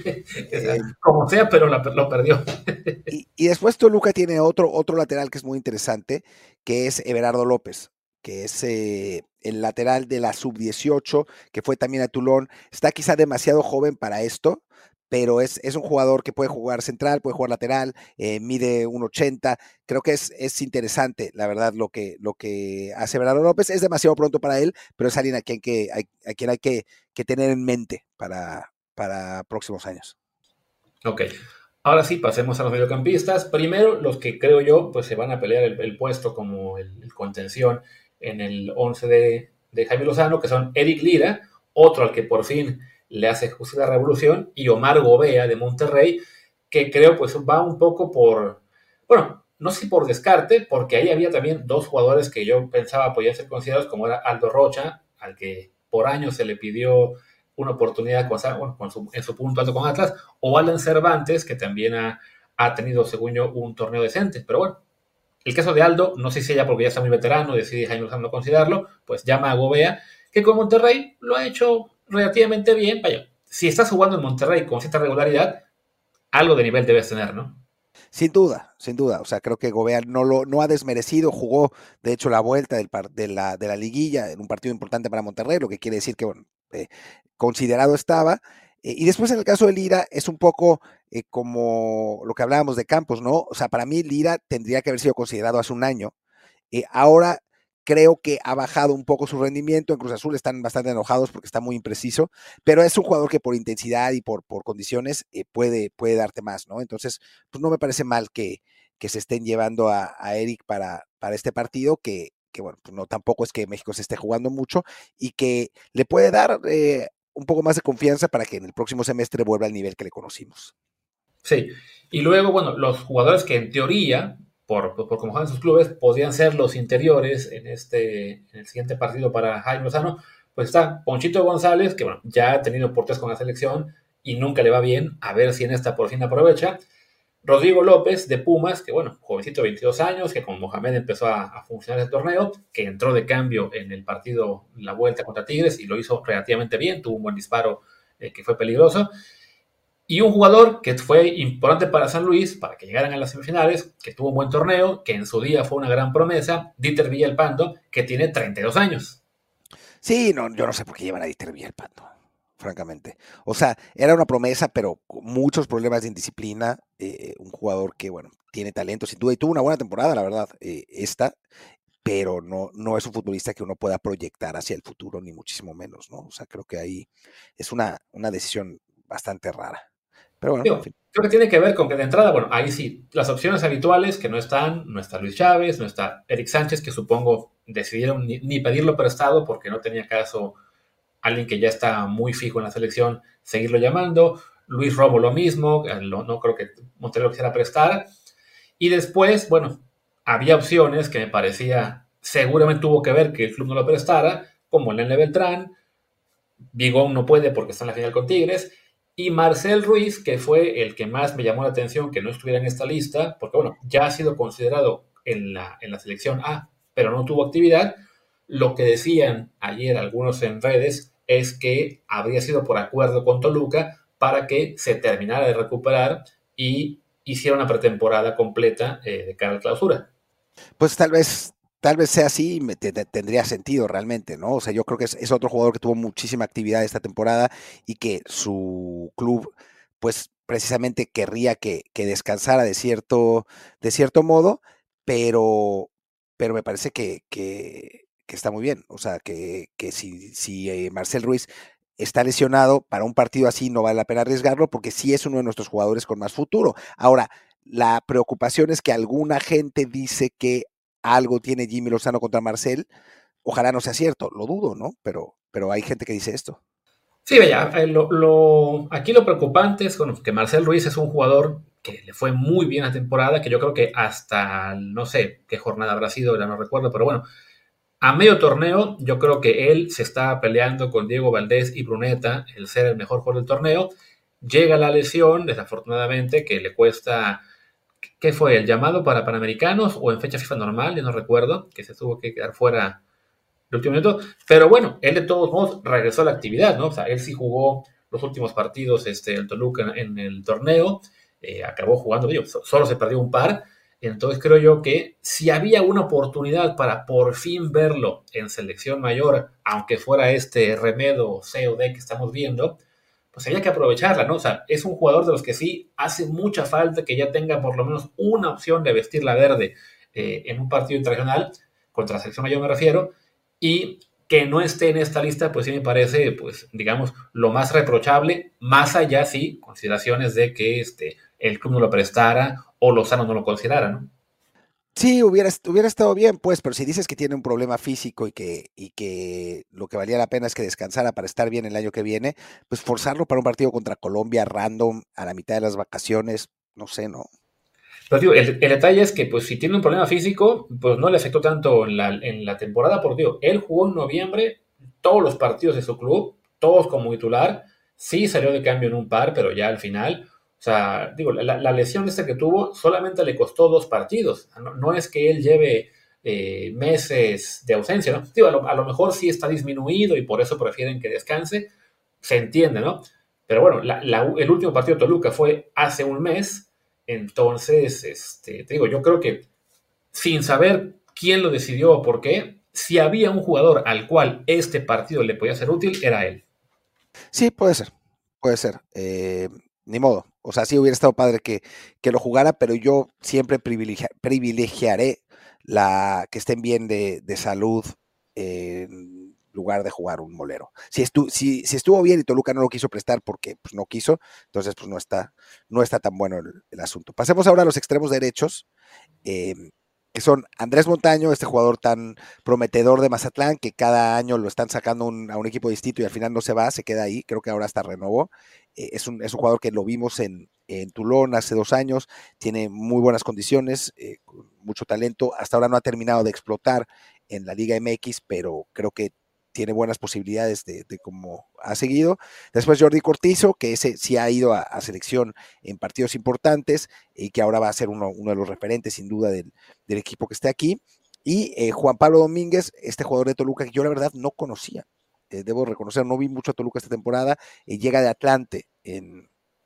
S1: Eh,
S2: como sea, pero la, lo perdió.
S1: y, y, después Toluca tiene otro, otro lateral que es muy interesante, que es Everardo López, que es eh, el lateral de la sub dieciocho, que fue también a Toulon. Está quizá demasiado joven para esto, pero es, es un jugador que puede jugar central, puede jugar lateral, eh, mide uno ochenta. Creo que es, es interesante, la verdad, lo que, lo que hace Everardo López. Es demasiado pronto para él, pero es alguien a quien, que, a, a quien hay que, que tener en mente para, para próximos años.
S2: Ok, ahora sí, pasemos a los mediocampistas. Primero, los que creo yo, pues se van a pelear el, el puesto como el, el, contención en el once de, de Jaime Lozano, que son Eric Lira, otro al que por fin le hace justicia la revolución, y Omar Gobea de Monterrey, que creo pues va un poco por, bueno, no sé si por descarte, porque ahí había también dos jugadores que yo pensaba podían ser considerados, como era Aldo Rocha, al que por años se le pidió una oportunidad con, bueno, con su, en su punto alto con Atlas, o Alan Cervantes, que también ha, ha tenido, según yo, un torneo decente. Pero bueno, el caso de Aldo, no sé si ella porque ya está muy veterano, decide Jaime Lozano no considerarlo, pues llama a Gobea, que con Monterrey lo ha hecho relativamente bien. Vaya, si estás jugando en Monterrey con cierta regularidad, algo de nivel debes tener, ¿no?
S1: Sin duda, sin duda. O sea, creo que Gobea no lo no ha desmerecido, jugó de hecho la vuelta del par, de, la, de la liguilla en un partido importante para Monterrey, lo que quiere decir que, bueno, eh, considerado estaba. Eh, y después en el caso de Lira es un poco eh, como lo que hablábamos de Campos, ¿no? O sea, para mí Lira tendría que haber sido considerado hace un año. Eh, ahora creo que ha bajado un poco su rendimiento. En Cruz Azul están bastante enojados porque está muy impreciso, pero es un jugador que por intensidad y por, por condiciones eh, puede, puede darte más, ¿no? Entonces, pues no me parece mal que, que se estén llevando a, a Eric para, para este partido, que, que bueno, pues no tampoco es que México se esté jugando mucho y que le puede dar eh, un poco más de confianza para que en el próximo semestre vuelva al nivel que le conocimos.
S2: Sí. Y luego, bueno, los jugadores que en teoría, por, por, por como juegan sus clubes, podrían ser los interiores en este en el siguiente partido para Jaime Lozano, pues está Ponchito González, que bueno, ya ha tenido portes con la selección y nunca le va bien, a ver si en esta por fin aprovecha. Rodrigo López de Pumas, que bueno, jovencito de veintidós años, que con Mohamed empezó a, a funcionar el torneo, que entró de cambio en el partido, la vuelta contra Tigres y lo hizo relativamente bien, tuvo un buen disparo eh, que fue peligroso. Y un jugador que fue importante para San Luis, para que llegaran a las semifinales, que tuvo un buen torneo, que en su día fue una gran promesa, Dieter Villalpando, que tiene treinta y dos años.
S1: Sí, no, yo no sé por qué llevan a Dieter Villalpando, francamente. O sea, era una promesa, pero con muchos problemas de indisciplina. Eh, un jugador que, bueno, tiene talento sin duda y tuvo una buena temporada, la verdad, eh, esta, pero no, no es un futbolista que uno pueda proyectar hacia el futuro, ni muchísimo menos, ¿no? O sea, creo que ahí es una, una decisión bastante rara. Pero bueno, en
S2: Digo,
S1: fin.
S2: creo que tiene que ver con que de entrada, bueno, ahí sí, las opciones habituales que no están, no está Luis Chávez, no está Eric Sánchez, que supongo decidieron ni, ni pedirlo prestado porque no tenía caso alguien que ya está muy fijo en la selección, seguirlo llamando. Luis Romo lo mismo, no, no creo que Monterrey lo quisiera prestar. Y después, bueno, había opciones que me parecía, seguramente tuvo que ver que el club no lo prestara, como el Nene Beltrán, Bigón no puede porque está en la final con Tigres. Y Marcel Ruiz, que fue el que más me llamó la atención que no estuviera en esta lista, porque bueno, ya ha sido considerado en la, en la selección A, pero no tuvo actividad. Lo que decían ayer algunos en redes es que habría sido por acuerdo con Toluca para que se terminara de recuperar y hiciera una pretemporada completa eh, de cara a la clausura.
S1: Pues tal vez, tal vez sea así y me te- te- tendría sentido realmente, ¿no? O sea, yo creo que es, es otro jugador que tuvo muchísima actividad esta temporada y que su club, pues precisamente querría que, que descansara de cierto, de cierto modo, pero, pero me parece que, que, que está muy bien. O sea, que, que si, si eh, Marcel Ruiz está lesionado para un partido así, no vale la pena arriesgarlo porque sí es uno de nuestros jugadores con más futuro. Ahora, la preocupación es que alguna gente dice que algo tiene Jimmy Lozano contra Marcel. Ojalá no sea cierto, lo dudo, ¿no? Pero, pero hay gente que dice esto.
S2: Sí, vaya, eh, lo, lo- aquí lo preocupante es bueno, que Marcel Ruiz es un jugador que le fue muy bien la temporada, que yo creo que hasta, no sé qué jornada habrá sido, ya no recuerdo, pero bueno, a medio torneo yo creo que él se está peleando con Diego Valdés y Bruneta, el ser el mejor jugador del torneo. Llega la lesión, desafortunadamente, que le cuesta, ¿qué fue? ¿El llamado para Panamericanos o en fecha FIFA normal? Ya no recuerdo, que se tuvo que quedar fuera el último minuto. Pero bueno, él de todos modos regresó a la actividad, ¿no? O sea, él sí jugó los últimos partidos, este, el Toluca en, en el torneo, eh, acabó jugando, digo, so- solo se perdió un par. Entonces creo yo que si había una oportunidad para por fin verlo en selección mayor, aunque fuera este Remedo C o D que estamos viendo, pues había que aprovecharla, ¿no? O sea, es un jugador de los que sí hace mucha falta que ya tenga por lo menos una opción de vestir la verde eh, en un partido internacional, contra la selección mayor me refiero, y que no esté en esta lista, pues sí me parece, pues, digamos, lo más reprochable, más allá, sí, consideraciones de que este, el club no lo prestara o Lozano no lo considerara, ¿no?
S1: Sí, hubiera, hubiera estado bien, pues, pero si dices que tiene un problema físico y que, y que lo que valía la pena es que descansara para estar bien el año que viene, pues forzarlo para un partido contra Colombia random a la mitad de las vacaciones, no sé, ¿no?
S2: Pero digo, el, el detalle es que, pues, si tiene un problema físico, pues no le afectó tanto en la, en la temporada, porque digo, él jugó en noviembre todos los partidos de su club, todos como titular, sí salió de cambio en un par, pero ya al final, o sea, digo, la, la lesión esta que tuvo solamente le costó dos partidos, no, no es que él lleve eh, meses de ausencia, ¿no? Digo, a lo, a lo mejor sí está disminuido y por eso prefieren que descanse, se entiende, ¿no? Pero bueno, la, la, el último partido de Toluca fue hace un mes. Entonces, este, te digo, yo creo que sin saber quién lo decidió o por qué, si había un jugador al cual este partido le podía ser útil, era él.
S1: Sí, puede ser, puede ser. Eh, ni modo. O sea, sí hubiera estado padre que, que lo jugara, pero yo siempre privilegia, privilegiaré la que estén bien de, de salud eh, en lugar de jugar un molero. Si, estu, si, si, estuvo bien y Toluca no lo quiso prestar porque pues, no quiso, entonces pues no está, no está tan bueno el, el asunto. Pasemos ahora a los extremos derechos. Eh, que son Andrés Montaño, este jugador tan prometedor de Mazatlán, que cada año lo están sacando un, a un equipo distinto y al final no se va, se queda ahí, creo que ahora hasta renovó. Eh, es, un, es un jugador que lo vimos en, en Toulon hace dos años, tiene muy buenas condiciones, eh, mucho talento, hasta ahora no ha terminado de explotar en la Liga M X, pero creo que tiene buenas posibilidades de, de cómo ha seguido. Después Jordi Cortizo, que ese sí ha ido a, a selección en partidos importantes y que ahora va a ser uno, uno de los referentes sin duda del, del equipo que esté aquí. Y eh, Juan Pablo Domínguez, este jugador de Toluca que yo la verdad no conocía. Eh, debo reconocer, no vi mucho a Toluca esta temporada. Eh, llega de Atlante en,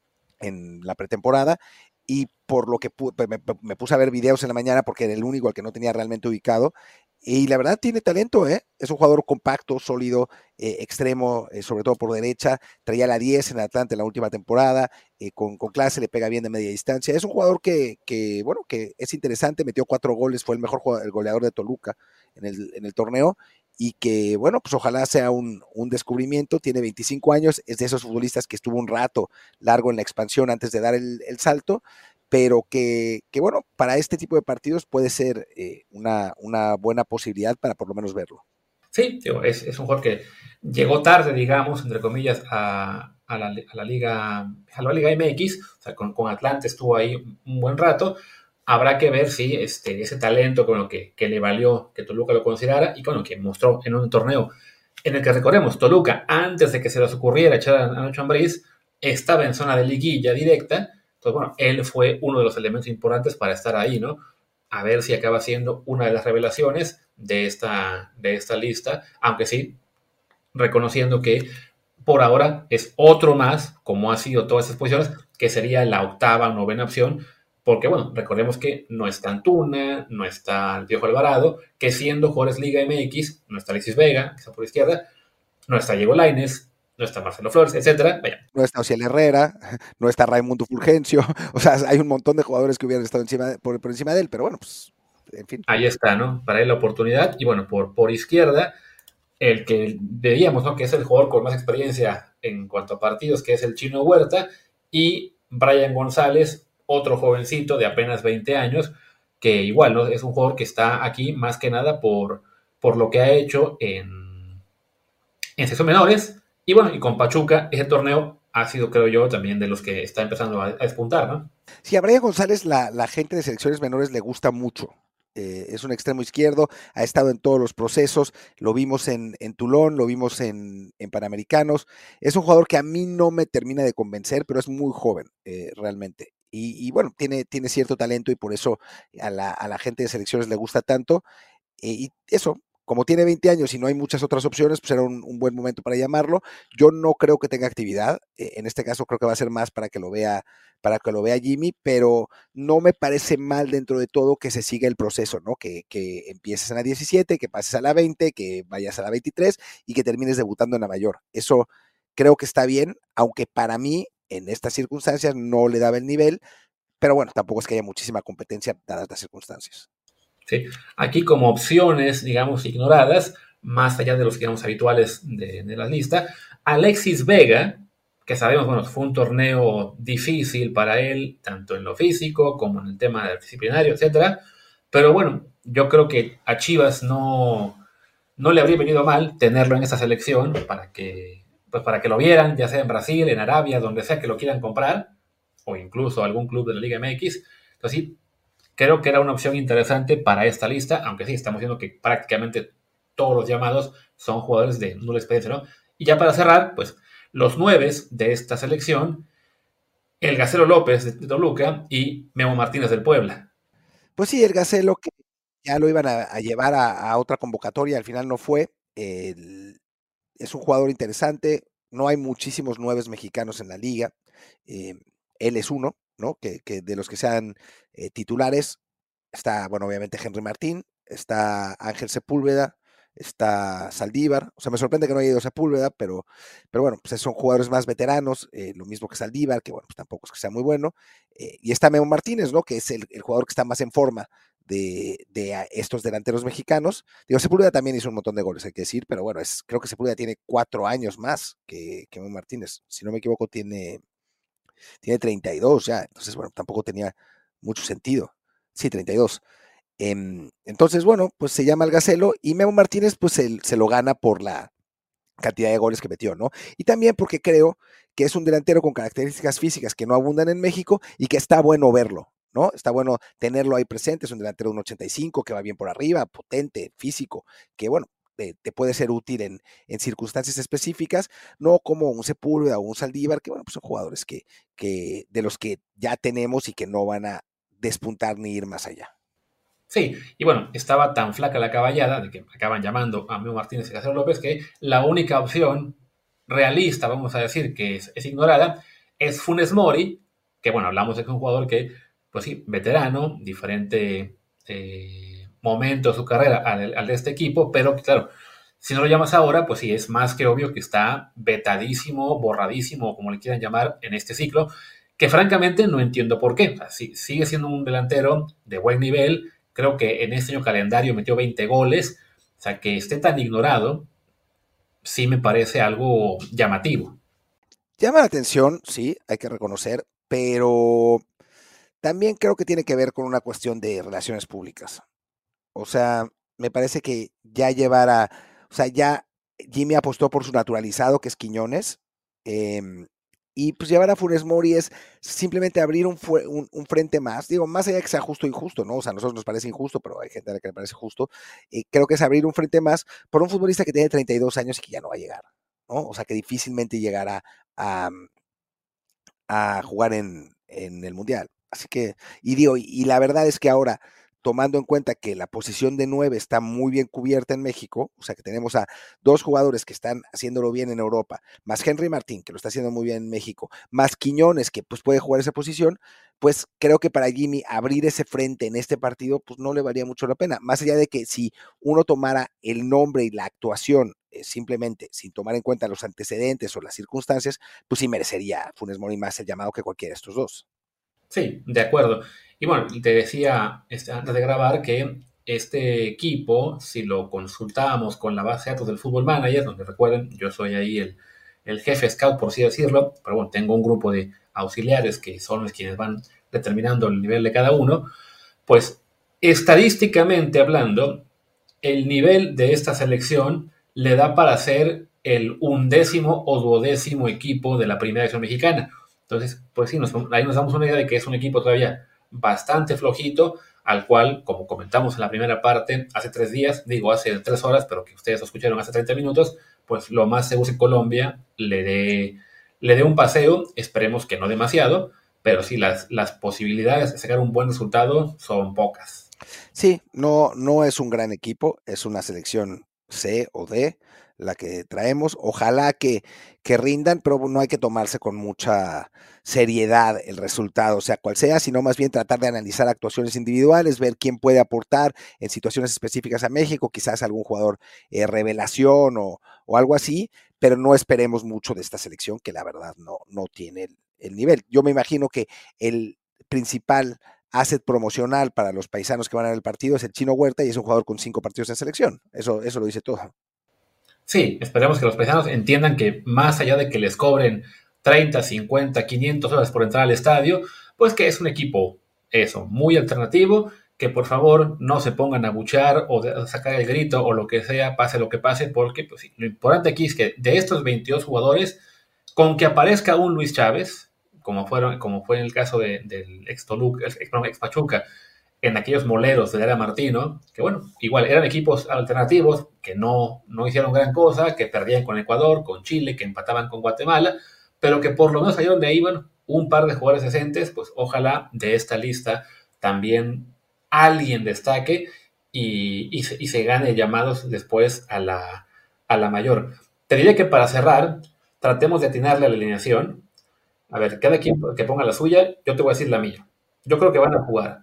S1: en la pretemporada y por lo que pu- me, me, puse a ver videos en la mañana porque era el único al que no tenía realmente ubicado y la verdad tiene talento, ¿eh? Es un jugador compacto, sólido, eh, extremo, eh, sobre todo por derecha, traía la diez en Atlante en la última temporada, eh, con, con clase, le pega bien de media distancia, es un jugador que, que, bueno, que es interesante, metió cuatro goles, fue el mejor jugador, el goleador de Toluca en el, en el torneo, y que, bueno, pues ojalá sea un, un descubrimiento, tiene veinticinco años, es de esos futbolistas que estuvo un rato largo en la expansión antes de dar el, el salto, pero que, que, bueno, para este tipo de partidos puede ser eh, una, una buena posibilidad para por lo menos verlo.
S2: Sí, digo, es, es un jugador que llegó tarde, digamos, entre comillas, a, a, la, a la Liga a la Liga M X, o sea, con, con Atlante estuvo ahí un buen rato. Habrá que ver si este, ese talento con lo que, que le valió que Toluca lo considerara y con lo que mostró en un torneo en el que recordemos, Toluca, antes de que se les ocurriera echar a Nacho Ambriz, estaba en zona de liguilla directa. Entonces, bueno, él fue uno de los elementos importantes para estar ahí, ¿no? A ver si acaba siendo una de las revelaciones de esta, de esta lista, aunque sí, reconociendo que por ahora es otro más, como ha sido todas estas posiciones, que sería la octava o novena opción, porque bueno, recordemos que no está Antuna, no está el Piojo Alvarado, que siendo jugadores Liga M X, no está Alexis Vega, que está por izquierda, no está Diego Lainez, no está Marcelo Flores, etcétera. Vaya.
S1: No está Ociel Herrera, no está Raimundo Fulgencio, o sea, hay un montón de jugadores que hubieran estado encima, por, por encima de él, pero bueno, pues, en fin.
S2: Ahí está, ¿no? Para él la oportunidad, y bueno, por, por izquierda, el que veíamos, ¿no? Que es el jugador con más experiencia en cuanto a partidos, que es el Chino Huerta, y Brian González, otro jovencito de apenas veinte años, que igual, ¿no? Es un jugador que está aquí más que nada por, por lo que ha hecho en, en sección menores, y bueno, y con Pachuca, ese torneo ha sido, creo yo, también de los que está empezando a, a despuntar, ¿no?
S1: Sí, a Brian González la, la gente de selecciones menores le gusta mucho. Eh, es un extremo izquierdo, ha estado en todos los procesos, lo vimos en, en Toulon, lo vimos en, en Panamericanos. Es un jugador que a mí no me termina de convencer, pero es muy joven, eh, realmente. Y, y, bueno, tiene, tiene cierto talento y por eso a la, a la gente de selecciones le gusta tanto. Eh, y eso, como tiene veinte años y no hay muchas otras opciones, pues era un, un buen momento para llamarlo. Yo no creo que tenga actividad. Eh, en este caso creo que va a ser más para que lo vea, para que lo vea Jimmy, pero no me parece mal dentro de todo que se siga el proceso, ¿no? Que, que empieces en la diecisiete, que pases a la veinte, que vayas a la veintitrés y que termines debutando en la mayor. Eso creo que está bien, aunque para mí en estas circunstancias no le daba el nivel, pero bueno, tampoco es que haya muchísima competencia dadas las circunstancias.
S2: ¿Sí? Aquí como opciones, digamos, ignoradas, más allá de los, digamos, habituales de, de la lista, Alexis Vega, que sabemos, bueno, fue un torneo difícil para él, tanto en lo físico como en el tema disciplinario, etcétera. Pero bueno, yo creo que a Chivas no, no le habría venido mal tenerlo en esa selección para que, pues para que lo vieran, ya sea en Brasil, en Arabia, donde sea que lo quieran comprar, o incluso algún club de la Liga M X. Entonces sí, creo que era una opción interesante para esta lista, aunque sí, estamos viendo que prácticamente todos los llamados son jugadores de nula experiencia, ¿no? Y ya para cerrar, pues los nueve de esta selección, el Gacelo López de Toluca y Memo Martínez del Puebla.
S1: Pues sí, el Gacelo que ya lo iban a, a llevar a, a, otra convocatoria, al final no fue. El, es un jugador interesante, no hay muchísimos nueves mexicanos en la liga, eh, él es uno, ¿no? Que, que de los que sean eh, titulares, está, bueno, obviamente Henry Martín, está Ángel Sepúlveda, está Saldívar, o sea, me sorprende que no haya ido Sepúlveda, pero, pero bueno, pues son jugadores más veteranos, eh, lo mismo que Saldívar, que bueno, pues tampoco es que sea muy bueno, eh, y está Memo Martínez, ¿no? Que es el, el jugador que está más en forma de, de, estos delanteros mexicanos. Digo, Sepúlveda también hizo un montón de goles, hay que decir, pero bueno, es, creo que Sepúlveda tiene cuatro años más que, que Memo Martínez, si no me equivoco, tiene, tiene treinta y dos ya, entonces bueno, tampoco tenía mucho sentido. Sí, treinta y dos. Eh, entonces, bueno, pues se llama el Gacelo y Memo Martínez pues se, se lo gana por la cantidad de goles que metió, ¿no? Y también porque creo que es un delantero con características físicas que no abundan en México y que está bueno verlo, ¿no? Está bueno tenerlo ahí presente, es un delantero de un ochenta y cinco que va bien por arriba, potente, físico, que bueno, te, te puede ser útil en, en, circunstancias específicas, no como un Sepúlveda o un Saldívar, que bueno, pues son jugadores que, que de los que ya tenemos y que no van a despuntar ni ir más allá.
S2: Sí, y bueno, estaba tan flaca la caballada de que acaban llamando a Memo Martínez y Gacelo López que la única opción realista, vamos a decir, que es, es ignorada, es Funes Mori, que bueno, hablamos de que es un jugador que, pues sí, veterano, diferente eh, momento de su carrera al, al de este equipo, pero que claro, si no lo llamas ahora, pues sí, es más que obvio que está vetadísimo, borradísimo, como le quieran llamar, en este ciclo, que francamente no entiendo por qué. O sea, sí, sigue siendo un delantero de buen nivel, creo que en este año calendario metió veinte goles, o sea, que esté tan ignorado, sí me parece algo llamativo.
S1: Llama la atención, sí, hay que reconocer, pero también creo que tiene que ver con una cuestión de relaciones públicas. O sea, me parece que ya llevara, o sea, ya Jimmy apostó por su naturalizado, que es Quiñones, eh, Y pues llevar a Funes Mori es simplemente abrir un, un, un frente más, digo, más allá de que sea justo o injusto, ¿no? O sea, a nosotros nos parece injusto, pero hay gente a la que le parece justo. Y creo que es abrir un frente más por un futbolista que tiene treinta y dos años y que ya no va a llegar, ¿no? O sea, que difícilmente llegará a, a jugar en, en el Mundial. Así que, y digo, y, y la verdad es que ahora, tomando en cuenta que la posición de nueve está muy bien cubierta en México, o sea que tenemos a dos jugadores que están haciéndolo bien en Europa, más Henry Martín, que lo está haciendo muy bien en México, más Quiñones, que pues puede jugar esa posición, pues creo que para Jimmy abrir ese frente en este partido, pues no le valía mucho la pena, más allá de que si uno tomara el nombre y la actuación eh, simplemente sin tomar en cuenta los antecedentes o las circunstancias, pues sí merecería Funes Mori más el llamado que cualquiera de estos dos.
S2: Sí, de acuerdo. Y bueno, te decía este, antes de grabar que este equipo, si lo consultábamos con la base de datos del Football Manager, donde recuerden, yo soy ahí el, el jefe scout, por así decirlo, pero bueno, tengo un grupo de auxiliares que son los quienes van determinando el nivel de cada uno, pues estadísticamente hablando, el nivel de esta selección le da para ser el undécimo o duodécimo equipo de la primera división mexicana. Entonces, pues sí, nos, ahí nos damos una idea de que es un equipo todavía bastante flojito, al cual, como comentamos en la primera parte, hace tres días, digo hace tres horas, pero que ustedes lo escucharon hace treinta minutos, pues lo más seguro es que Colombia le dé, le dé un paseo, esperemos que no demasiado, pero sí, las, las posibilidades de sacar un buen resultado son pocas.
S1: Sí, no, no es un gran equipo, es una selección C o D la que traemos. Ojalá que, que rindan, pero no hay que tomarse con mucha seriedad el resultado, o sea, cual sea, sino más bien tratar de analizar actuaciones individuales, ver quién puede aportar en situaciones específicas a México, quizás algún jugador eh, revelación o, o algo así, pero no esperemos mucho de esta selección que la verdad no, no tiene el, el nivel. Yo me imagino que el principal asset promocional para los paisanos que van a ver el partido es el Chino Huerta y es un jugador con cinco partidos en selección. Eso, eso lo dice todo.
S2: Sí, esperemos que los paisanos entiendan que más allá de que les cobren treinta, cincuenta, quinientos dólares por entrar al estadio, pues que es un equipo, eso, muy alternativo, que por favor no se pongan a buchar o a sacar el grito o lo que sea, pase lo que pase, porque pues, sí, lo importante aquí es que de estos veintidós jugadores, con que aparezca un Luis Chávez, como, fueron, como fue en el caso de, del ex Toluca, ex, ex Pachuca, en aquellos moleros de Era Martino, que bueno, igual eran equipos alternativos, que no, no hicieron gran cosa, que perdían con Ecuador, con Chile, que empataban con Guatemala, pero que por lo menos salieron de ahí, bueno, un par de jugadores decentes, pues ojalá de esta lista también alguien destaque y, y, se, y se gane llamados después a la, a la mayor. Te diría que para cerrar, tratemos de atinarle a la alineación. A ver, cada quien que ponga la suya, yo te voy a decir la mía. Yo creo que van a jugar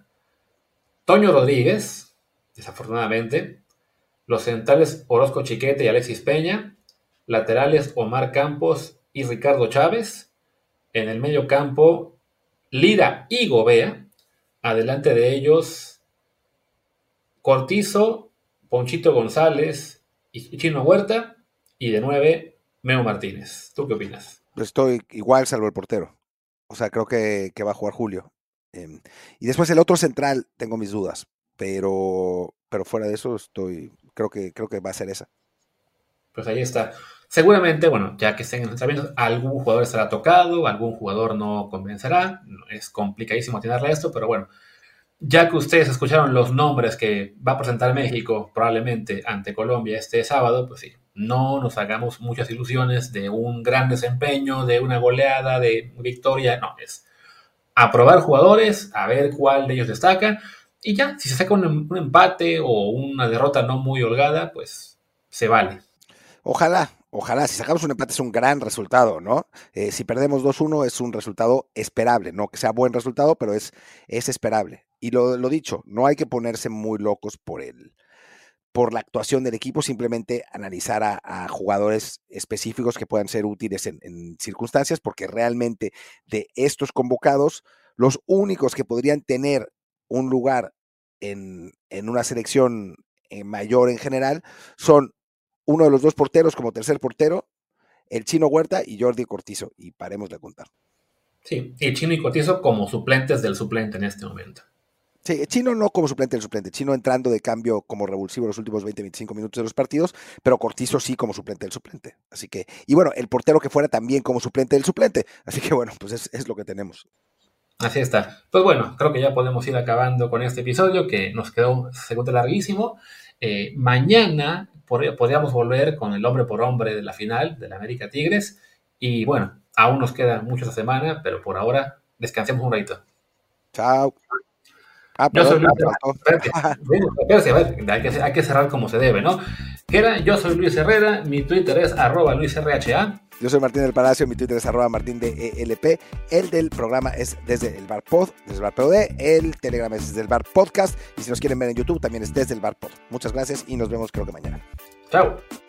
S2: Toño Rodríguez, desafortunadamente, los centrales Orozco Chiquete y Alexis Peña, laterales Omar Campos y Ricardo Chávez, en el medio campo Lira y Gobea, adelante de ellos Cortizo, Ponchito González y Chino Huerta, y de nueve Meo Martínez. ¿Tú qué opinas?
S1: Estoy igual salvo el portero. O sea, creo que, que va a jugar Julio. Eh, y después el otro central, tengo mis dudas. Pero, pero fuera de eso, estoy, creo que, creo que va a ser esa.
S2: Pues ahí está. Seguramente, bueno, ya que estén en los entrenamientos, algún jugador estará tocado, algún jugador no convencerá. Es complicadísimo atinarle a esto, pero bueno, ya que ustedes escucharon los nombres que va a presentar México probablemente ante Colombia este sábado, pues sí, no nos hagamos muchas ilusiones de un gran desempeño, de una goleada, de victoria. No, es aprobar jugadores, a ver cuál de ellos destaca, y ya, si se saca un, un empate o una derrota no muy holgada, pues se vale.
S1: Ojalá, ojalá, si sacamos un empate es un gran resultado, ¿no? Eh, si perdemos dos uno es un resultado esperable, no que sea buen resultado, pero es, es esperable. Y lo, lo dicho, no hay que ponerse muy locos por el, por la actuación del equipo, simplemente analizar a, a jugadores específicos que puedan ser útiles en, en circunstancias, porque realmente de estos convocados, los únicos que podrían tener un lugar en, en una selección eh, mayor en general son uno de los dos porteros como tercer portero, el Chino Huerta y Jordi Cortizo, y paremos de contar.
S2: Sí, y Chino y Cotizo como suplentes del suplente en este momento.
S1: Sí, Chino no como suplente del suplente, Chino entrando de cambio como revulsivo los últimos veinte, veinticinco minutos de los partidos, pero Cortizo sí como suplente del suplente. Así que, y bueno, el portero que fuera también como suplente del suplente. Así que bueno, pues es, es lo que tenemos.
S2: Así está. Pues bueno, creo que ya podemos ir acabando con este episodio que nos quedó segundo larguísimo. Eh, mañana por, podríamos volver con el hombre por hombre de la final de la América Tigres. Y bueno, aún nos queda mucho esta semana, pero por ahora descansemos un ratito.
S1: Chao.
S2: Ah, yo soy Luis Herrera. Espérate, hay, que, hay que cerrar como se debe, ¿no? Que era, yo soy Luis Herrera, mi Twitter es arroba luisrha.
S1: Yo soy Martín del Palacio, mi Twitter es arroba martín de E L P. El del programa es desde el Bar Pod, desde el Bar P O D. El Telegram es desde el Bar Podcast. Y si nos quieren ver en YouTube, también es desde el Bar Pod. Muchas gracias y nos vemos creo que mañana.
S2: Chao.